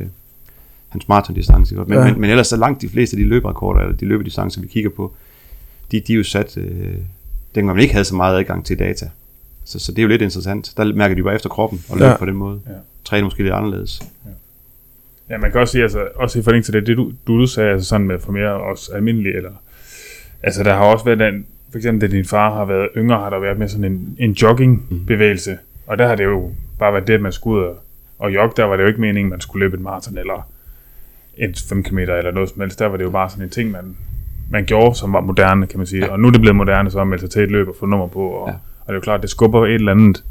hans marathondistance. Men ellers så langt de fleste af de løberekorder, eller de løbedistancer, vi kigger på, de er jo sat, dengang man ikke havde så meget adgang til data. Så det er jo lidt interessant. Der mærker de bare efter kroppen, og løber på den måde. Ja. Træner måske lidt anderledes.
Ja, man kan også sige, også i forlængelse af det du sagde, sådan med for mere også almindelige, eller, der har også været den, for eksempel, da din far har været yngre, har der været med sådan en joggingbevægelse, og der har det jo bare været det, at man skulle ud og jogge, der var det jo ikke meningen, man skulle løbe et maraton, eller en 5 km eller noget som helst. Der var det jo bare sådan en ting, man gjorde, som var moderne, kan man sige. Ja. Og nu er det blevet moderne, så at melde sig til et løb og få nummer på. Og det er jo klart, det skubber et eller andet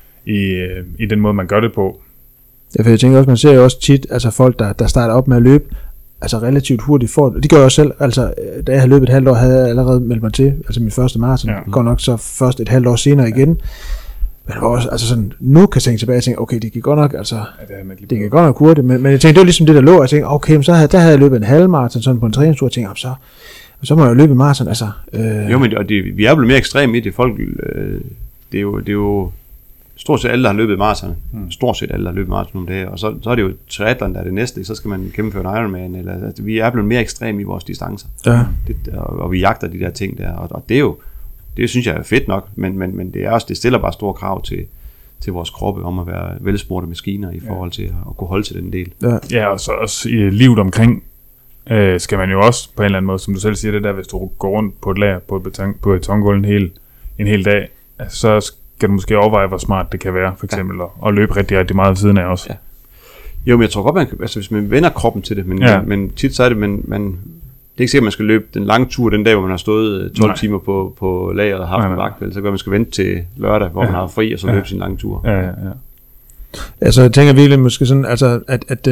i den måde, man gør det på.
Ja, for jeg tænker også, man ser jo også tit, folk, der starter op med at løbe, relativt hurtigt de gør jo også selv, da jeg havde løbet et halvt år, havde jeg allerede meldt mig til, min første maraton. Går nok så først et halvt år senere igen. Men det var også, nu kan jeg tænke tilbage og tænke, okay, det gik godt nok, det gik godt nok hurtigt, men jeg tænkte, det var ligesom det, der lå, og jeg tænkte, okay, men der havde jeg løbet en halvmaraton, sådan på en træningstur, og tænkte, så må jeg jo løbe en maraton,
Jo, men vi er blevet mere ekstreme i det, folk, det er jo stort set alle, der har løbet maraton, stort set alle, der har løbet maraton om det, og så er det jo triathlon, der er det næste, så skal man gennemføre en Ironman, eller vi er blevet mere ekstreme i vores distancer, og vi jagter de der ting der, og det er jo, det synes jeg er fedt nok, men det stiller bare store krav til vores kroppe om at være velsmurte maskiner i forhold til at kunne holde til den del.
Ja, og så også i livet omkring skal man jo også på en eller anden måde, som du selv siger det der, hvis du går rundt på et lager på et betongulv en hel dag, så skal du måske overveje, hvor smart det kan være, for eksempel at løbe rigtig, rigtig meget ved siden af også. Ja.
Jo, men jeg tror godt, hvis man vender kroppen til det, men tit så er det, man det er ikke sikkert, at man skal løbe den lange tur den dag, hvor man har stået 12 timer på lageret og haft en vagt, så kan man skal vente til lørdag, hvor man har fri, og så løbe sin lange tur.
Ja.
Altså, jeg tænker virkelig måske sådan, at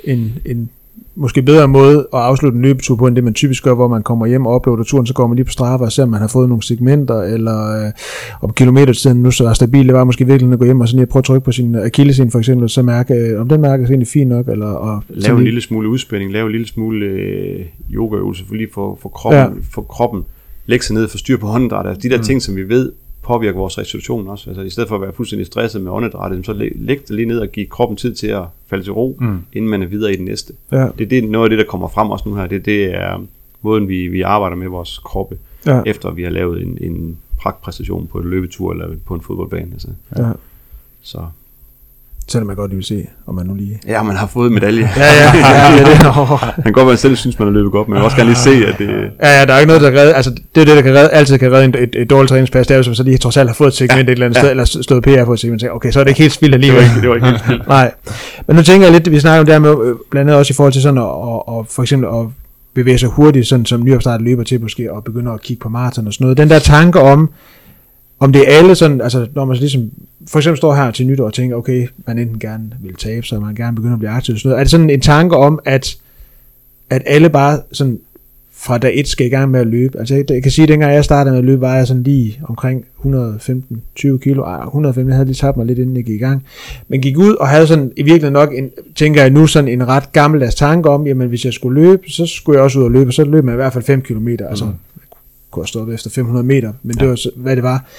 en måske bedre måde at afslutte en løbetur på, end det man typisk gør, hvor man kommer hjem og uploader turen, så går man lige på Strava og ser, om man har fået nogle segmenter, eller om kilometertiden nu så er stabil. Det var måske virkelig at gå hjem og sådan lige prøve at trykke på sin akillescene for eksempel, og så mærke, om den mærker sig egentlig fint nok, eller
lave en lille smule udspænding, lave en lille smule yogaøvelse, for lige for kroppen, lægge sig ned, få styr på åndedrættet, de der ting, som vi ved påvirker vores restitution også. I stedet for at være fuldstændig stresset med åndedrættet, så læg det lige ned og give kroppen tid til at falde til ro, inden man er videre i det næste. Ja. Det er noget af det, der kommer frem også nu her. Det er måden, vi arbejder med vores kroppe, efter vi har lavet en pragtpræstation på en løbetur eller på en fodboldbane. Så
selvom man godt vil se, om man nu lige...
Ja, man har fået medalje.
ja, det
man kan godt være, selv synes, man har løbet godt, men man vil også gerne lige se, at det...
Ja, der er ikke noget, der kan redde... Altså, det er det, der kan redde, altid kan redde et dårligt træningspas. Det er jo, som så lige trods alt har fået et segment et eller andet sted, eller slået PR på et segment. Okay, så er det ikke helt spildt alligevel.
Det var ikke helt spildt.
Nej. Men nu tænker jeg lidt, vi snakker om det her med, blandt andet også i forhold til sådan, og for eksempel at bevæge sig hurtigt, sådan som nyopstartet løber til måske, og begynde at kigge på maraton og sådan noget. Den der tanke om det er alle sådan, altså når man ligesom for eksempel står her til nytår og tænker, okay, man enten gerne vil tabe sig, man gerne begynder at blive aktiv og sådan noget. Er det sådan en tanke om, at alle bare sådan fra dag 1 skal i gang med at løbe? Altså jeg kan sige, at dengang jeg startede med at løbe, var jeg sådan lige omkring 115-20 kilo. 115, jeg havde lige tabt mig lidt, inden jeg gik i gang. Men gik ud og havde sådan i virkeligheden nok, tænker jeg nu, sådan en ret gammeldags tanke om, jamen hvis jeg skulle løbe, så skulle jeg også ud og løbe, og så løb man i hvert fald 5 kilometer. Altså kunne have stået efter 500 meter, men det var hvad det var.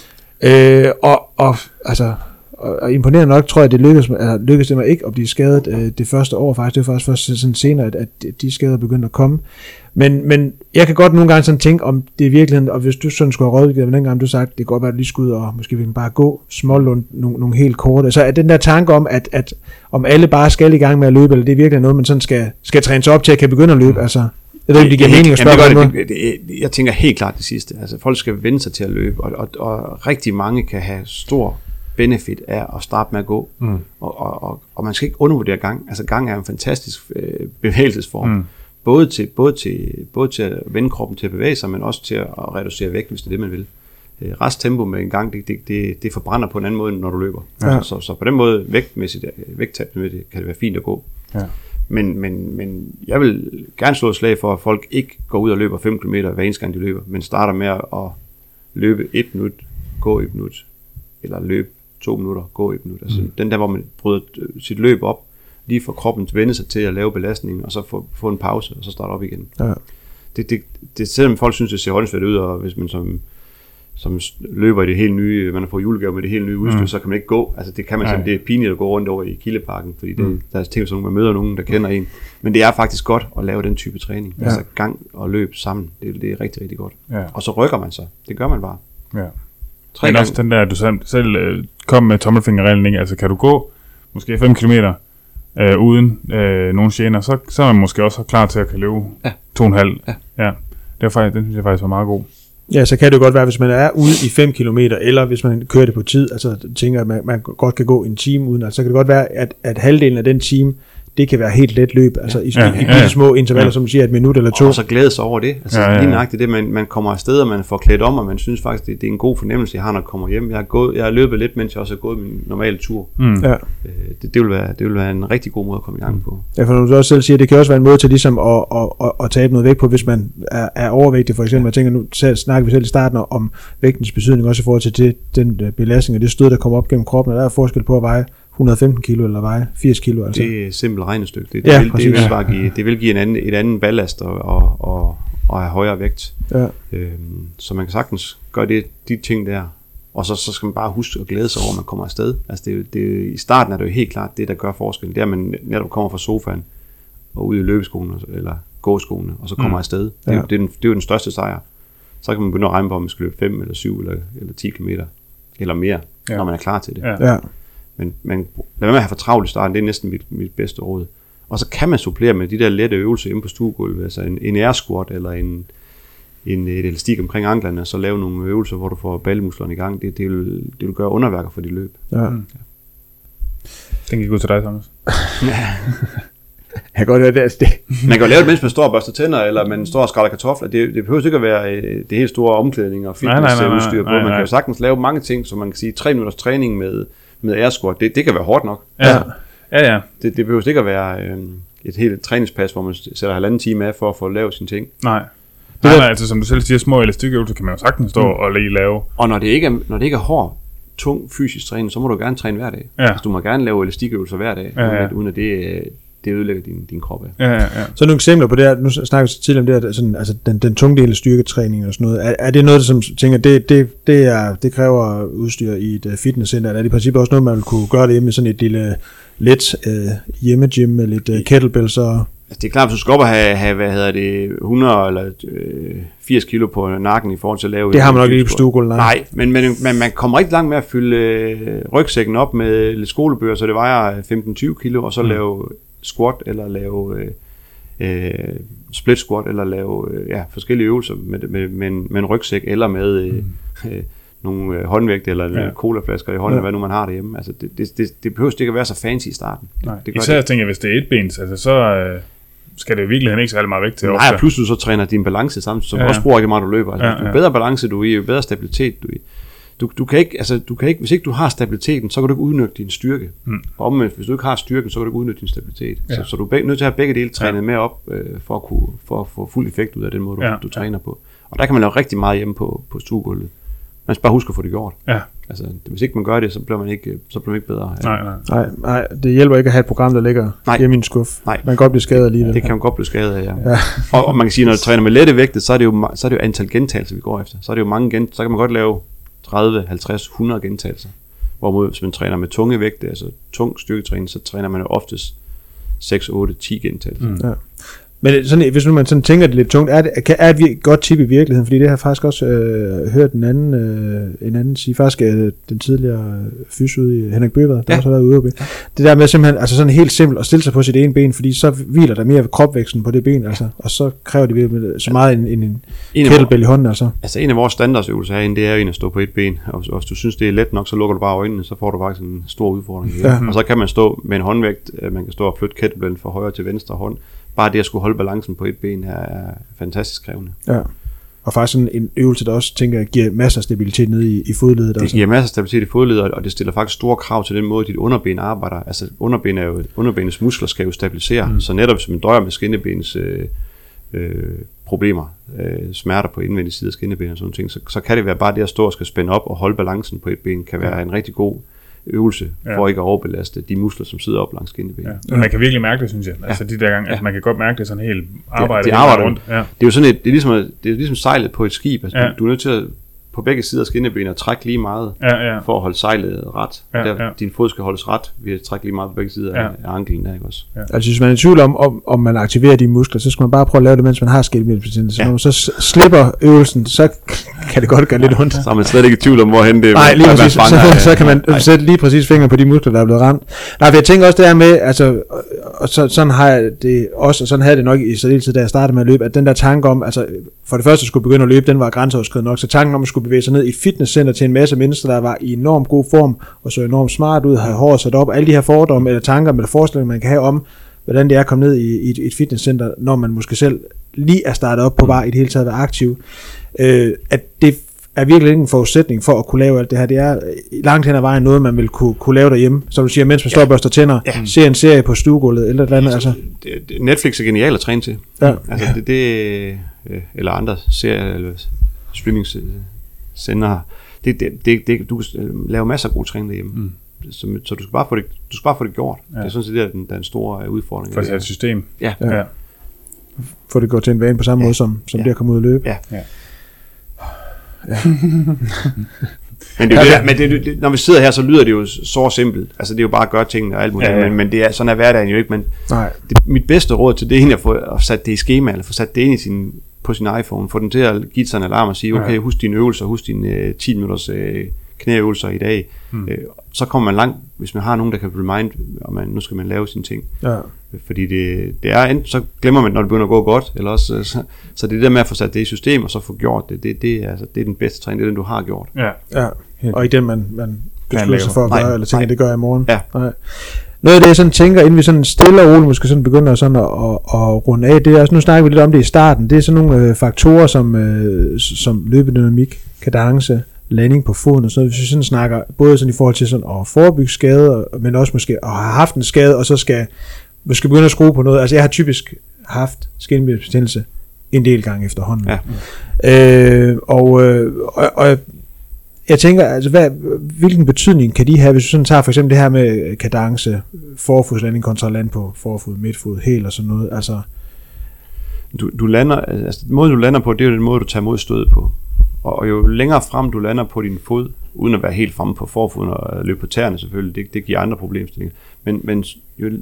Og imponerende nok, tror jeg, det lykkedes det mig ikke at blive skadet det første år faktisk. Det var faktisk først sådan senere, at de skader begyndte at komme. Men jeg kan godt nogle gange sådan tænke, om det i virkeligheden, og hvis du sådan skulle have rådgivet, men dengang du sagt, det kan godt være, at du lige skulle ud og måske vi kan bare gå smålund nogle helt korte. Så er den der tanke om, at om alle bare skal i gang med at løbe, eller det er virkelig noget, man sådan skal træne sig op til at kan begynde at løbe, altså... Jeg ved ikke, det giver mening at spørge.
Jeg tænker helt klart det sidste. Altså, folk skal vende sig til at løbe, og rigtig mange kan have stor benefit af at starte med at gå. Og man skal ikke undervurdere gang. Altså, gang er en fantastisk bevægelsesform. Både til at vende kroppen til at bevæge sig, men også til at reducere vægt, hvis det er det, man vil. Resttempo med en gang, det forbrænder på en anden måde, når du løber. Ja. Så på den måde, vægttabsmæssigt, kan det være fint at gå. Ja. Men jeg vil gerne slå et slag for, at folk ikke går ud og løber 5 km hver eneste gang de løber, men starter med at løbe 1 minut, gå 1 minut, eller løbe 2 minutter, gå 1 minut. Altså den der, hvor man bryder sit løb op, lige får kroppen til at vende sig til at lave belastning, og så få en pause, og så starte op igen. Ja. Det selvom folk synes, det ser håndsvært ud, og hvis man som løber i det helt nye, man har fået julegave med det helt nye udstyr, så kan man ikke gå. Altså det kan man sådan, det er pinligt at gå rundt over i Kildeparken, fordi der er ting, som man møder nogen, der kender en. Men det er faktisk godt at lave den type træning. Ja. Altså gang og løb sammen. Det er rigtig, rigtig godt. Ja. Og så rykker man sig. Det gør man bare. Ja.
Men også den der, du selv kom med tommelfingerreglen, ikke? Altså kan du gå måske 5 kilometer uden nogen gener, så er man måske også klar til at kan løbe 2,5. Ja. Det synes jeg faktisk var meget god.
Ja, så kan det godt være, hvis man er ude i 5 kilometer, eller hvis man kører det på tid, altså tænker, at man godt kan gå en time uden, altså så kan det godt være, at halvdelen af den time, det kan være helt let løb, altså i små intervaller, som du siger, 1 minut eller 2.
Og så glæde sig over det, altså lige nøjagtigt det, man kommer afsted, og man får klædt om, og man synes faktisk, det er en god fornemmelse, jeg har, når jeg kommer hjem. Jeg har løbet lidt, mens jeg også har gået min normale tur. Ja. Det vil være en rigtig god måde at komme i gang på.
Ja, for du også selv siger, det kan også være en måde til ligesom at tabe noget vægt på, hvis man er overvægtig, for eksempel. Jeg tænker, nu snakker vi selv i starten om vægtens betydning, også i forhold til den belastning og det stød, der kommer op gennem kroppen, og der er forskel på at veje 115 kilo eller veje 80 kilo. Altså.
Det er et simpelt regnestykke. Det vil give et andet ballast og have højere vægt. Ja. Så man kan sagtens gøre de ting der. Og så skal man bare huske at glæde sig over, at man kommer afsted. Altså i starten er det jo helt klart det, der gør forskellen. Det er, at man netop kommer fra sofaen og ud i løbeskolen eller gåskolen, og så kommer afsted. Det er jo den største sejr. Så kan man begynde at regne på, om man skal løbe 5 eller 7 eller 10 kilometer eller mere, når man er klar til det. Ja. Men lad være med at have for travlt i starten, det er næsten mit bedste råd. Og så kan man supplere med de der lette øvelser inde på stuegulvet, altså en air squat eller et elastik omkring anklerne, og så lave nogle øvelser, hvor du får ballemusklerne i gang. Det vil gøre underværker for dit løb. Ja.
Den gik ud til dig, Thomas.
Jeg kan godt høre det.
Man kan jo lave det, mens man står og børster tænder, eller man står og skræller kartofler. Det behøver ikke at være det helt store omklædning og fitnessudstyr på. Man kan jo sagtens lave mange ting, som man kan sige 3 minutters træning med air squat. Det kan være hårdt nok.
Ja.
Det behøver ikke at være et helt træningspas, hvor man sætter 1,5 time af for at få lavet sine ting.
Nej, altså som du selv siger, små elastikøvelser kan man jo sagtens stå og lige lave.
Og når det ikke er hård, tung fysisk træning, så må du gerne træne hver dag. Ja. Altså, du må gerne lave elastikøvelser hver dag, uden at det ødelægger din krop af.
Ja. Så nogle eksempler på det her, nu snakker vi tidligere om det her, sådan, altså den tunge del af styrketræning og sådan noget. Er det noget, som tænker, det kræver udstyr i et fitnesscenter? Er det i princippet også noget, man vil kunne gøre det med sådan et lille let hjemmegym med lidt kettlebells og
Altså det er klart, hvis du skal op og have 100 eller 80 kilo på nakken i forhold til at lave...
Det har man nok ikke på stuegulvet.
Nej, men man kommer rigtig langt med at fylde rygsækken op med lidt skolebøger, så det vejer 15-20 kilo, og så lave squat, eller lave split squat, eller lave forskellige øvelser med en rygsæk, eller med nogle håndvægte, eller colaflasker i hånden, hvad nu man har derhjemme. Altså det behøver ikke at være så fancy i starten.
Nej, især tænker jeg, hvis det er etbens, altså så... skal det jo virkelig ikke særlig meget vægt til.
Nej, pludselig så træner din balance sammen, så du også bruger ikke meget, du løber. Altså, jo bedre balance du er i, jo bedre stabilitet du er i. Du kan ikke, hvis ikke du har stabiliteten, så kan du ikke udnytte din styrke. Og omvendt, hvis du ikke har styrken, så kan du ikke udnytte din stabilitet. Ja. Så du er nødt til at have begge dele trænet med op, for at få fuld effekt ud af den måde, du træner på. Og der kan man lave rigtig meget hjemme på stuegulvet. Man skal bare huske at få det gjort. Ja. Altså, hvis ikke man gør det, så bliver man ikke bedre.
Nej, det hjælper ikke at have et program, der ligger hjemme i en skuff. Nej. Man kan godt blive skadet alligevel.
Det kan man godt blive skadet af, ja. Og man kan sige, når du træner med lette vægte, så er det jo antal gentagelser, vi går efter. Så er det jo mange så kan man godt lave 30, 50, 100 gentagelser. Hvorimod, hvis man træner med tunge vægte, altså tung styrketræning, så træner man jo oftest 6, 8, 10 gentagelser.
Ja. Men sådan, hvis nu man sådan tænker det lidt tungt, er det et godt tip i virkeligheden, fordi det har jeg faktisk også hørt en anden sige, faktisk den tidligere fys ude i Henrik Bøber, der også har været ude. Det der med simpelthen, altså sådan helt simpelt at stille sig på sit ene ben, fordi så hviler der mere kropvæksten på det ben, altså, og så kræver det virkelig så meget en kettlebell i hånden, altså.
Altså en af vores standardsøvelser herinde, det er jo at stå på et ben, og hvis du synes det er let nok, så lukker du bare øjnene, så får du faktisk en stor udfordring. Ja. Og så kan man stå med en håndvægt, man kan stå og flytte kettlebellen fra højre til venstre hånd. Bare det at skulle holde balancen på et ben er fantastisk krævende. Ja.
Og faktisk sådan en øvelse, der også tænker, giver masser af stabilitet nede i fodledet.
Det giver masser af stabilitet i fodledet, og det stiller faktisk store krav til den måde, dit underben arbejder. Altså underbenets muskler skal jo stabilisere, så netop hvis man døjer med skinnebenets problemer, smerter på indvendig side af skinneben og sådan ting, så kan det være bare det at stå og skal spænde op og holde balancen på et ben, kan være en rigtig god øvelse, for ikke at overbelaste de muskler, som sidder op langs skinnebenet.
Ja. Man kan virkelig mærke det, synes jeg. Altså de der gange, altså man kan godt mærke det sådan helt arbejde rundt. Ja.
Det er jo sådan det er ligesom sejlet på et skib. Altså du er nødt til at på begge sider af skinnebenet at trække lige meget for at holde sejlet ret. Din fod skal holdes ret ved at trække lige meget på begge sider af anklen der, ikke også? Ja.
Altså hvis man er i tvivl om man aktiverer de muskler, så skal man bare prøve at lave det, mens man har skinnebenspatienter. Så når man så slipper øvelsen, så kan det godt gøre lidt ondt.
Så er man slet ikke i tvivl om, hvorhen det er.
Nej, lige præcis. Så kan man sætte lige præcis fingre på de muskler, der er blevet ramt. Nej, for jeg tænker også det her med, altså, og sådan har jeg det også, og sådan havde det nok i særdeleshed, da jeg startede med at løbe, at den der tanke om, altså for det første skulle begynde at løbe, den var grænseoverskridende nok, så tanken om at skulle bevæge sig ned i et fitnesscenter til en masse mennesker, der var i enormt god form, og så enormt smart ud, havde håret sat op, alle de her fordomme, eller tanker, eller forestillinger, man kan have om, hvordan det er at komme ned i et fitnesscenter, når man måske selv lige er startet op på bare i det hele taget at være aktiv, at det er virkelig ikke en forudsætning for at kunne lave alt det her. Det er langt hen ad vejen noget, man vil kunne lave derhjemme, som du siger, mens man står og børster tænder, ser en serie på stuegulvet eller et eller andet. Altså.
Netflix er genialt at træne til. Ja. Altså det eller andre serier eller streaming-sender. Du kan lave masser af god træning derhjemme. Så du skal bare få det gjort. Ja. Det er sådan set der er en stor udfordring.
For et system.
Ja.
Få det gjort til en vane på samme måde, som det at komme ud og løbe. Ja.
Men når vi sidder her, så lyder det jo så simpelt. Altså det er jo bare at gøre tingene og alt muligt, men det er sådan er hverdagen jo ikke. Men mit bedste råd til det er egentlig at få sat det i skema, eller få sat det ind i på sin iPhone, få den til at give sig en alarm og sige, okay, husk dine øvelser, husk dine 10 minutters knæøvelser i dag. Så kommer man langt, hvis man har nogen, der kan remind, om nu skal man lave sine ting. Ja. Fordi det er enten, så glemmer man, når det begynder at gå godt, eller også, så det er det med at få sat det i system, og så få gjort det. Det er den bedste træning, det er den, du har gjort.
Ja. Og ikke den, man beslutter sig for at gøre, eller tænker, det gør jeg i morgen. Ja. Nej. Noget af det, jeg sådan tænker, inden vi sådan stille og roligt måske sådan begynder sådan at runde af, det er også, nu snakker vi lidt om det i starten, det er sådan nogle faktorer som løbedynamik, kadence, landing på foden og sådan noget. Hvis vi sådan snakker både sådan i forhold til sådan at forebygge skade, men også måske at have haft en skade, og så skal måske begynde at skrue på noget. Altså jeg har typisk haft skinnebenspatentelse en del gange efterhånden. Ja. Og jeg tænker, altså hvilken betydning kan de have, hvis du sådan tager for eksempel det her med kadence, forfodslanding kontra land på forfod, midtfod, hæl og sådan noget. Altså
du lander, altså den måde du lander på, det er jo den måde du tager mod stødet på. Og jo længere frem du lander på din fod, uden at være helt fremme på forfoden og løbe på tæerne selvfølgelig, det giver andre problemstillinger. Men jo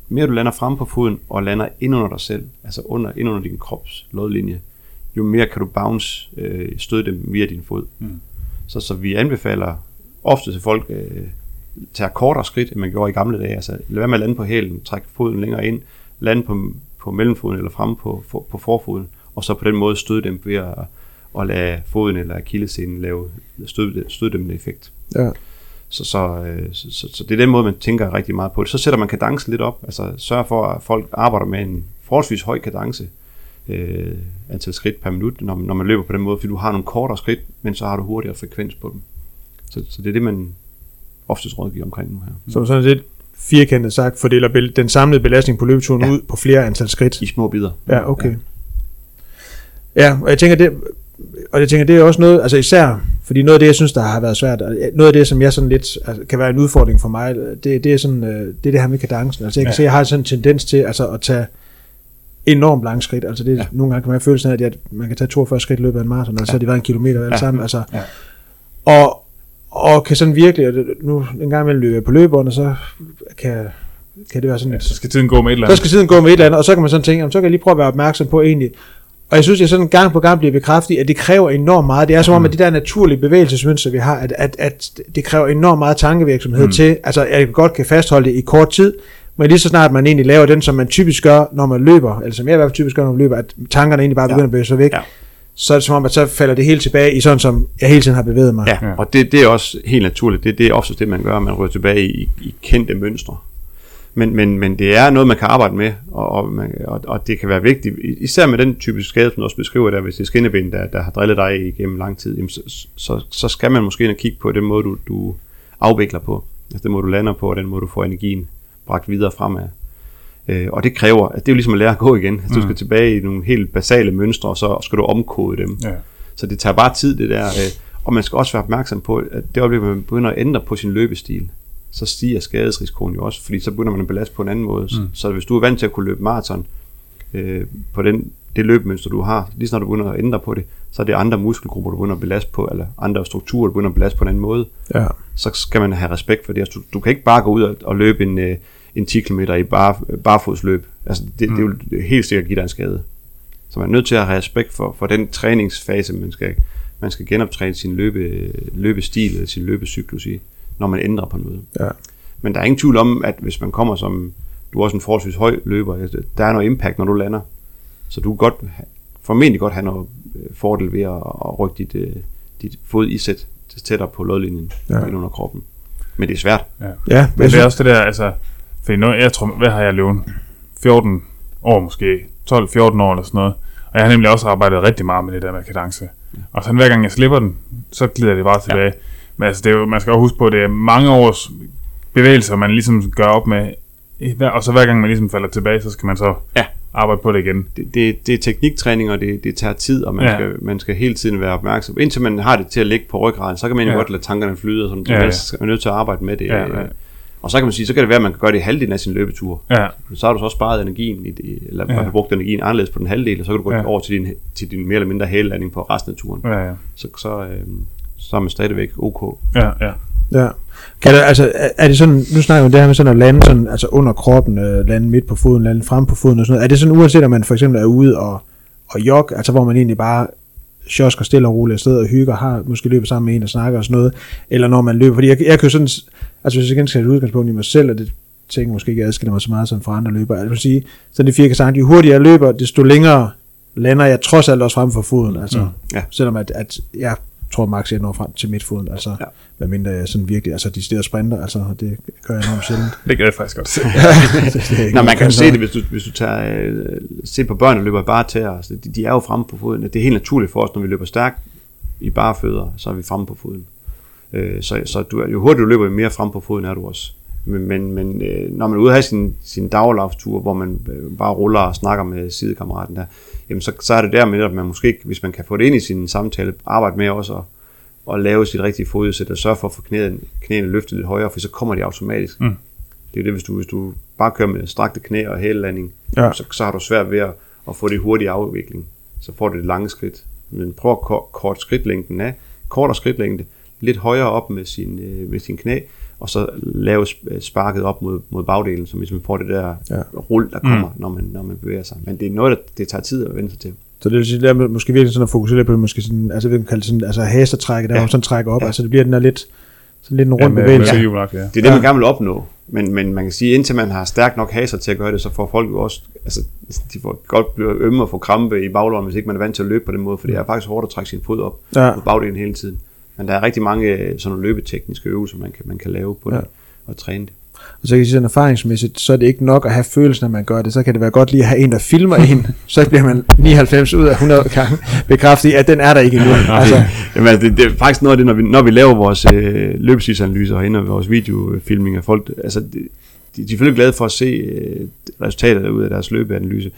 mere du lander frem på foden og lander ind under dig selv, altså ind under din krops lodlinje, jo mere kan du bounce, støde dem via din fod. Så vi anbefaler ofte til folk, tager kortere skridt, end man gjorde i gamle dage. Altså lad være med at lande på hælen, træk foden længere ind, lande på mellemfoden eller fremme på forfoden, og så på den måde støde dem ved at lade foden eller akillessenen støde dem med effekt.
Ja.
Så det er den måde, man tænker rigtig meget på det. Så sætter man kadencen lidt op, altså sørger for, at folk arbejder med en forholdsvis høj kadence, antal skridt per minut, når man løber på den måde, fordi du har nogle kortere skridt, men så har du hurtigere frekvens på dem. Så det er det, man oftest rådgiver omkring nu her.
Så sådan lidt firkantet sagt, fordeler den samlede belastning på løbeturen ud på flere antal skridt.
I små bidder.
Ja, okay. Ja, og jeg tænker, det er også noget, altså især, fordi noget af det, jeg synes, der har været svært, noget af det, som jeg sådan lidt, altså, kan være en udfordring for mig, det er sådan, det her med kadencen. Altså jeg kan se, jeg har sådan en tendens til, altså at tage enormt lange skridt. Altså det, nogle gange kan man føle sådan, at man kan tage 42 skridt i løbet af en maraton, og så har det været en kilometer alt sammen. Altså, og kan sådan virkelig, nu en gang imellem løber jeg på løberen, og så kan det være sådan...
så skal tiden gå med et eller
andet. Og så kan man sådan tænke, så kan jeg lige prøve at være opmærksom på egentlig. Og jeg synes, jeg sådan gang på gang bliver bekræftet, at det kræver enormt meget. Det er som om, at de der naturlige bevægelsesmønstre, vi har, at det kræver enormt meget tankevirksomhed til, altså jeg godt kan fastholde det i kort tid, men lige så snart man egentlig laver den, som man typisk gør, når man løber, eller som jeg i hvert fald typisk gør, når man løber, at tankerne egentlig bare begynder at bevæge sig væk, så er det som om, at så falder det helt tilbage i sådan, som jeg hele tiden har bevæget mig.
Ja, og det er også helt naturligt. Det er ofte det, man gør, man rører tilbage i kendte mønstre. Men det er noget, man kan arbejde med, og det kan være vigtigt, især med den type skade, som du også beskriver der, hvis det er skinneben, der har drillet dig igennem lang tid, jamen, så skal man måske ind og kigge på den måde, du afvikler på, altså den måde, du lander på, og den måde, du får energien bragt videre fremad. Og det kræver, at det er jo ligesom at lære at gå igen. Altså, du skal tilbage i nogle helt basale mønstre, og så skal du omkode dem. Ja. Så det tager bare tid, det der. Og man skal også være opmærksom på, at det øjeblik, man begynder at ændre på sin løbestil, så stiger skadesrisikoen jo også, fordi så begynder man at belaste på en anden måde. Så hvis du er vant til at kunne løbe maraton på det løbemønster, du har, lige snart du begynder at ændre på det, så er det andre muskelgrupper, du begynder at belaste på, eller andre strukturer, du begynder at belaste på en anden måde. Ja. Så skal man have respekt for det. Altså, du kan ikke bare gå ud og løbe en 10 km i barefodsløb. Altså, det er jo helt sikkert at give dig en skade. Så man er nødt til at have respekt for den træningsfase, man skal genoptræne sin løbestil eller sin løbecyklus i, når man ændrer på noget. Ja. Men der er ingen tvivl om, at hvis man kommer som, du er også en forholdsvis høj løber, der er noget impact, når du lander. Så du kan formentlig godt have noget fordel ved at rykke dit fodisæt tættere på lodlinjen ind under kroppen. Men det er svært.
Ja, men det er også det der, altså, for jeg tror, hvad har jeg løbet? 14 år måske, 12-14 år eller sådan noget. Og jeg har nemlig også arbejdet rigtig meget med det der med kadence. Og så hver gang jeg slipper den, så glider det bare tilbage. Men altså, det er jo, man skal jo huske på, at det er mange års bevægelser, man ligesom gør op med. Og så hver gang man ligesom falder tilbage, så skal man så arbejde på det igen.
Det er tekniktræning, og det tager tid, og man skal hele tiden være opmærksom. Indtil man har det til at ligge på ryggraden, så kan man jo godt lade tankerne flyde, og sådan, så er man nødt til at arbejde med det. Og så kan man sige, så kan det være, at man kan gøre det i halvdelen af sin løbetur. Ja. Så har du så også sparet energien, eller man har brugt energien anderledes på den halvdel, og så kan du gå over til din mere eller mindre hælelanding på resten af turen. Ja. Så er man stadigvæk ok.
Ja. Kan det, altså, er det sådan, nu snakker vi om det her med sådan at lande sådan, altså under kroppen, lande midt på foden, lande frem på foden og sådan noget. Er det sådan uanset, om man for eksempel er ude og jogge, altså hvor man egentlig bare sjosker stille og roligt afsted og hygger, har måske løbet sammen med en og snakker og sådan noget, eller når man løber, fordi jeg kan jo sådan, altså hvis jeg igen skal have et udgangspunkt i mig selv, og det tænker måske ikke, jeg adskiller mig så meget som fra andre løbere, jeg vil sige, så det firkantet sagt, jo hurtigere jeg løber, desto længere lander jeg trods alt også frem for foden, altså selvom at jeg tror max jeg når frem til midtfoden, altså hvad mindre jeg sådan virkelig, altså de steder sprinter, altså det gør jeg enormt sjældent.
Det gør jeg faktisk godt.
Nå, man kan se det, hvis du tager se på børn, der løber bare til os, de er jo fremme på foden. Det er helt naturligt for os, når vi løber stærkt i bare fødder, så er vi fremme på foden. Så jo hurtigere du løber, jo mere fremme på foden er du også. Men når man er ude at have sin daglavstur, hvor man bare ruller og snakker med sidekammeraten der, jamen så er det der med, at man måske, hvis man kan få det ind i sin samtale, arbejde med også at lave sit rigtige fodsæt og sørge for at få knæene løftet lidt højere, for så kommer de automatisk. Det er det, hvis du bare kører med strakte knæ og hælelanding, så har du svært ved at få det hurtige afvikling. Så får du det lange skridt. Men prøv at kortere skridtlængde, lidt højere op med sin knæ, og så lave sparket op mod bagdelen, så hvis man får det der rul, der kommer, når man bevæger sig. Men det er noget, det tager tid at vende sig til.
Så det vil sige, der er måske virkelig sådan at fokusere på det, måske sådan, altså vi kan kalde det sådan, altså hastertrækket, der sådan trækker op, altså det bliver den der lidt, sådan lidt en rund bevægelse.
Ja.
Det er det, man gerne vil opnå. Men man kan sige, indtil man har stærkt nok haser til at gøre det, så får folk jo også, altså de får godt blive ømme og få krampe i baglåren, hvis ikke man er vant til at løbe på den måde, for det er faktisk hårdt at trække sin fod op på bagdelen hele tiden. Men der er rigtig mange sådan nogle løbetekniske øvelser, man kan lave på det og træne det.
Og så kan jeg sige sådan erfaringsmæssigt, så er det ikke nok at have følelsen, at man gør det, så kan det være godt lige at have en, der filmer en, så bliver man 99 ud af 100 gange bekræftet i, at den er der ikke endnu. Altså.
Jamen, det er faktisk noget af det, når vi laver vores løbestidsanalyser og ender vores videofilming af folk, altså de er selvfølgelig glade for at se resultatet ud af deres løbeanalyse,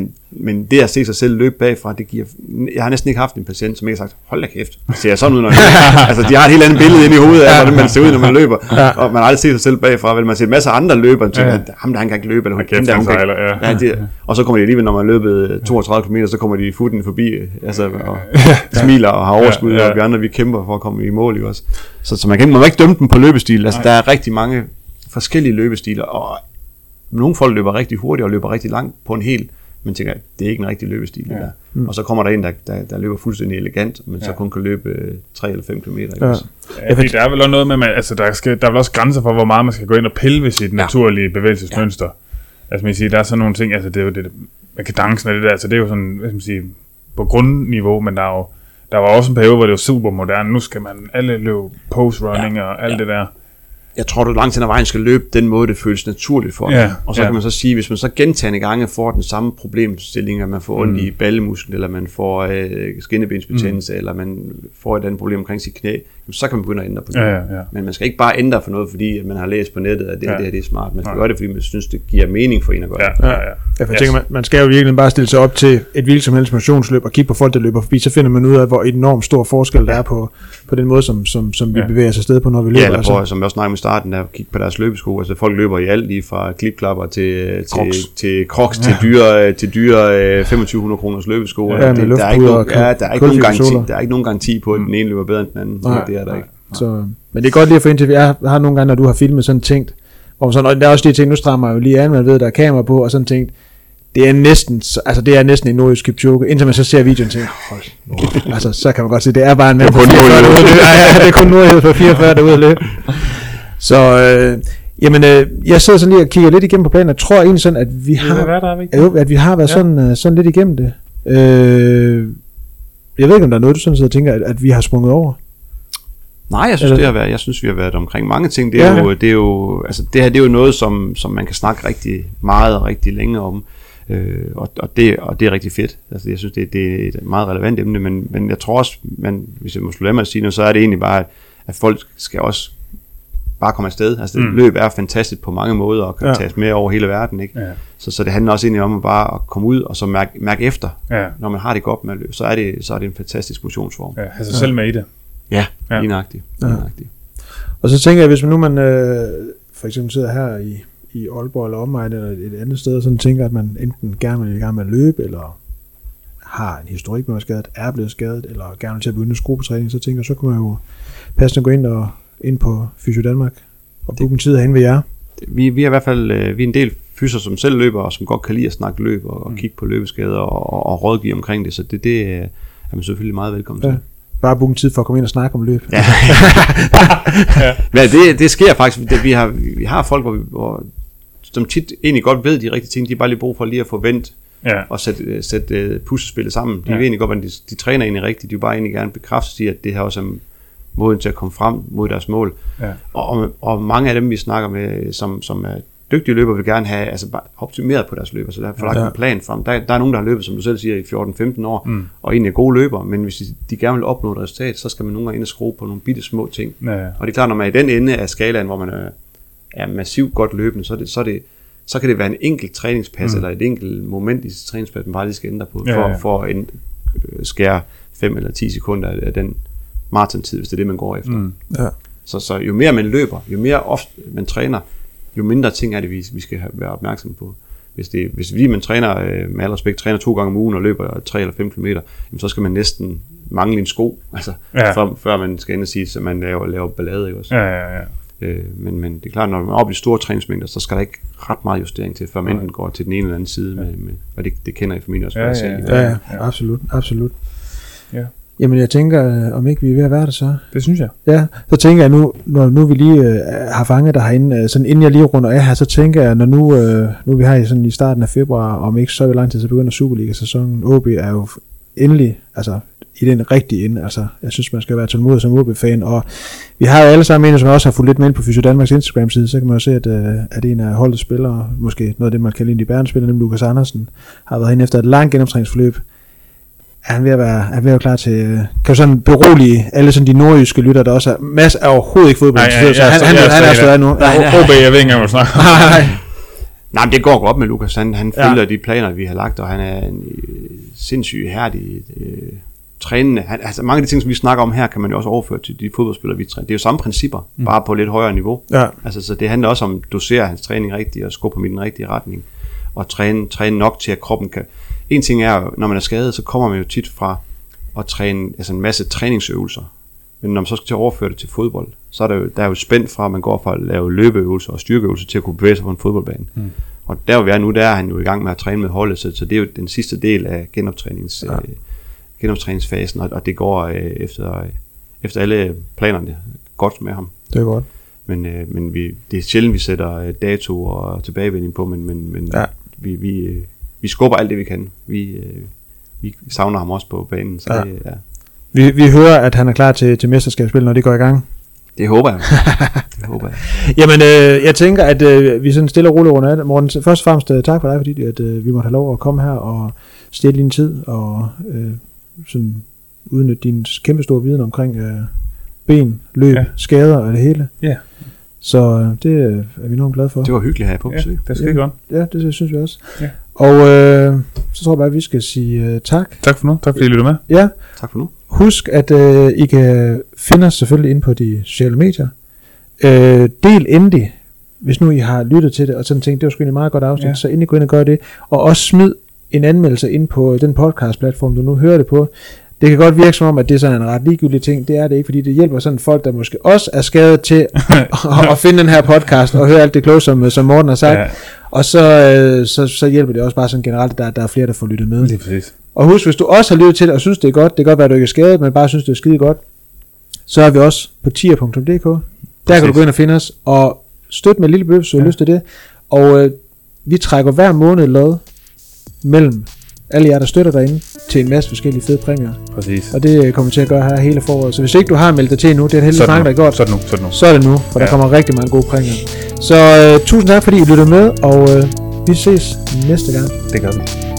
men det at se sig selv løbe bagfra, det giver... Jeg har næsten ikke haft en patient, som ikke har sagt, hold da kæft, det ser sådan ud, når altså, de har et helt andet billede inde i hovedet af, hvordan man ser ud, når man løber, og man har aldrig set sig selv bagfra, vel man ser en masse andre løbere, og tænker, ham der, han kan ikke løbe, eller hun der, hun kan og så kommer de alligevel, når man løbet 32 km, så kommer de futten forbi, altså, og smiler og har overskud, og vi andre, vi kæmper for at komme i mål, ikke også? Så man kan ikke dømme dem på løbestil, altså, der er rigtig mange forskellige løbestiler, og nogle folk løber rigtig hurtigt og løber rigtig langt på en hel, men tænker, det er ikke en rigtig løbestil, det der. Og så kommer der en, der løber fuldstændig elegant, men så kun kan løbe 3 eller 5 km. Der
er vel også noget med, altså der er vel også grænser for, hvor meget man skal gå ind og pille ved sit naturlige bevægelsesmønster. Altså man siger, der er sådan nogle ting, altså det er jo det med kadencen og det der, altså det er jo sådan, hvad skal man sige, på grundniveau, men der var også en periode, hvor det var super moderne. Nu skal man alle løbe post-running og alt det der.
Jeg tror, du langt hen ad vejen skal løbe den måde, det føles naturligt for dig. Og så kan man så sige, hvis man så gentagende gange får den samme problemstilling, at man får ondt i ballemusklen, eller man får skinnebensbetændelse, eller man får et andet problem omkring sit knæ, så kan man begynde at ændre på det. Men man skal ikke bare ændre for noget, fordi man har læst på nettet, at det er smart. Man skal gøre det, fordi man synes, det giver mening for en at gøre det.
Jeg tænker, man skal jo virkelig bare stille sig op til et hvilket som helst motionsløb og kigge på folk, der løber forbi, så finder man ud af, hvor enormt stor forskel der er på den måde, som vi bevæger os afsted på, når vi løber.
Ja, eller på, som jeg også snakkede med starten, der kigge på deres løbesko. Altså folk løber i alt, lige fra klipklapper til Crocs, til dyre 2500 kroners løbesko. Der er ikke nogen garanti på, at den ene løber bedre end den anden. Det er der ikke.
Så, men det er godt lige at få ind til, jeg har nogle gange, når du har filmet sådan tænkt, hvor sådan, og der er også de ting, nu strammer jeg jo lige an, man ved, der er kamera på, og sådan tænkt, det er næsten en nordjysk Kipchoge, indtil man så ser videoen til, altså så kan man godt se, det er bare en mand på 44 derude. Det er kun nordjysk på 44 derude at løbe. Så jeg sidder sådan lige og kigger lidt igennem på planen, og tror egentlig sådan, at vi har været sådan lidt igennem det. Jeg ved ikke, om der er noget, du sådan sidder og tænker, at vi har sprunget over.
Nej, jeg synes, vi har været omkring mange ting. Det er jo det her, det er jo noget, som man kan snakke rigtig meget og rigtig længe om. Og det er rigtig fedt. Altså, jeg synes, det er et meget relevant emne, men jeg tror også, hvis jeg må slutte af med at sige noget, så er det egentlig bare, at folk skal også bare komme afsted. Altså, løb er fantastisk på mange måder, og kan tages med over hele verden, ikke? Ja. Så det handler også egentlig om at bare at komme ud, og så mærke efter, når man har det godt med at løbe, så er det en fantastisk motionsform.
Ja, have sig selv med i det.
Ja, lige nøjagtigt.
Og så tænker jeg, hvis man for eksempel sidder her i Aalborg eller omegn eller et andet sted, og sådan tænker, at man enten gerne vil i gang med at løbe, eller har en historik med at være skadet, er blevet skadet, eller gerne vil til at begynde gruppetræning, så tænker jeg, så kan man jo passende gå ind på Fysio Danmark og booke en tid herinde ved jer.
Vi er i hvert fald vi er en del fyser, som selv løber, og som godt kan lide at snakke løb og kigge på løbeskader og rådgive omkring det, så det er man selvfølgelig meget velkommen til.
Bare booke en tid for at komme ind og snakke om løb.
Ja, det sker faktisk. Vi har folk, som tit egentlig godt ved de rigtige ting, de er bare lige brug for lige at få vendt og sætte puslespillet sammen. De ved egentlig godt, hvordan de træner egentlig rigtigt. De vil bare egentlig gerne bekræfte, at det her også er måden til at komme frem mod deres mål. Ja. Og mange af dem, vi snakker med, som er dygtige løbere, vil gerne have bare optimeret på deres løber, så der er lagt en plan frem. Der er nogen, der har løbet, som du selv siger, i 14-15 år, og egentlig er gode løbere, men hvis de gerne vil opnå et resultat, så skal man nogle gange ind og skrue på nogle bitte små ting. Ja. Og det er klart, når man er i den ende af skalaen, hvor man er massivt godt løbende, så kan det være en enkelt træningspas, eller et enkelt moment i træningspas, man bare lige skal ændre på, for at skære 5 eller 10 sekunder af den maratontid, hvis det er det, man går efter. Så jo mere man løber, jo mere ofte man træner, jo mindre ting er det, vi skal være opmærksom på. Hvis man træner, med al respekt, træner 2 gange om ugen og løber 3 eller 5 kilometer, så skal man næsten mangle en sko, altså, før man skal ind og sige, at man laver ballade, ikke også?
Ja.
Men det er klart, når man er oppe i store træningsmængder, så skal der ikke ret meget justering til, før man enten går til den ene eller anden side, og det kender jeg formentlig også.
Ja, absolut. Ja. Jamen jeg tænker, om ikke vi er ved at være det så.
Det synes jeg.
Ja, så tænker jeg nu, når nu vi lige har fanget dig herinde, sådan inden jeg lige runder af her, så tænker jeg, når nu vi har sådan i starten af februar, om ikke så lang tid, så begynder Superliga-sæsonen. OB er jo endelig, altså i den rigtige ende, altså jeg synes, man skal være tålmodig som OB-fan, og vi har jo alle sammen en, som også har fulgt lidt med ind på Fysio Danmarks Instagram-side, så kan man jo se, at en af holdets spillere, måske noget af det, man kalder de bærende spillere, nemlig Lukas Andersen, har været hen efter et langt genoptræningsforløb. Er han ved at være klar til, kan jo sådan berolige alle sådan de nordjyske lytter, der også er masser af overhovedet ikke fodbold. Så han er stadig nu.
OB, jeg ved ikke engang, hvad du snakker.
Nej, men det går godt med Lukas. Han følger de planer, vi har lagt, og han er en sindssygt hærdig trænende. Altså mange af de ting, som vi snakker om her, kan man jo også overføre til de fodboldspillere, vi træner. Det er jo samme principper, bare på lidt højere niveau. Ja. Altså, så det handler også om at dosere hans træning rigtigt, og skubbe ham i den rigtige retning, og træne nok til, at kroppen kan. En ting er, når man er skadet, så kommer man jo tit fra at træne altså en masse træningsøvelser. Men når man så skal til at overføre det til fodbold, så er der er jo spændt fra, at man går fra at lave løbeøvelser og styrkeøvelser til at kunne bevæge sig på en fodboldbane. Og der hvor vi er nu, der er han jo i gang med at træne med holdet, så det er jo den sidste del af genoptræningsfasen, og det går efter alle planerne godt med ham.
Det er godt.
Men det er sjældent, vi sætter dato og tilbagevending på, men vi skubber alt det, vi kan. Vi savner ham også på banen. Så
Vi hører, at han er klar til mesterskabsspil, når det går i gang.
Det håber jeg.
Jamen, jeg tænker, at vi sådan stille og roligt runder af det. Morten, først og fremmest tak for dig, fordi at, vi måtte have lov at komme her og stille din tid og sådan udnytte din kæmpe store viden omkring ben, løb, skader og det hele.
Ja.
Så det er vi enormt glade for.
Det var hyggeligt at have på besøg.
Det skal godt.
Ja, det synes vi også.
Ja.
Og så tror jeg bare, at vi skal sige tak.
Tak for nu. Tak fordi I lyttede med.
Ja.
Tak for nu.
Husk, at I kan finde os selvfølgelig inde på de sociale medier. Del endelig, hvis nu I har lyttet til det, og sådan tænkt, det var sgu en meget godt afsnit, så endelig gå ind og gør det. Og også smid en anmeldelse ind på den podcast-platform, du nu hører det på. Det kan godt virke som om, at det er sådan en ret ligegyldig ting. Det er det ikke, fordi det hjælper sådan folk, der måske også er skadet til at finde den her podcast og høre alt det kloge, som Morten har sagt. Ja. Og så hjælper det også bare sådan generelt, at der er flere, der får lyttet med.
Det er præcis.
Og husk, hvis du også har lyttet til det og synes, det er godt, det kan godt være, at du ikke er skadet, men bare synes, det er skide godt, så er vi også på tier.dk. Der kan du gå ind og finde os, og støtte med et lille beløb, hvis du har lyst til det. Og vi trækker hver måned lod mellem alle jer, der støtter derinde, til en masse forskellige fede præmier.
Præcis. Og
det kommer vi til at gøre her hele foråret. Så hvis ikke du har meldt dig til endnu, det er det heldigvis mange, der er godt. Så er det nu, for der kommer rigtig mange gode præmier. Så tusind tak, fordi I lyttede med, og vi ses næste gang.
Det gør vi.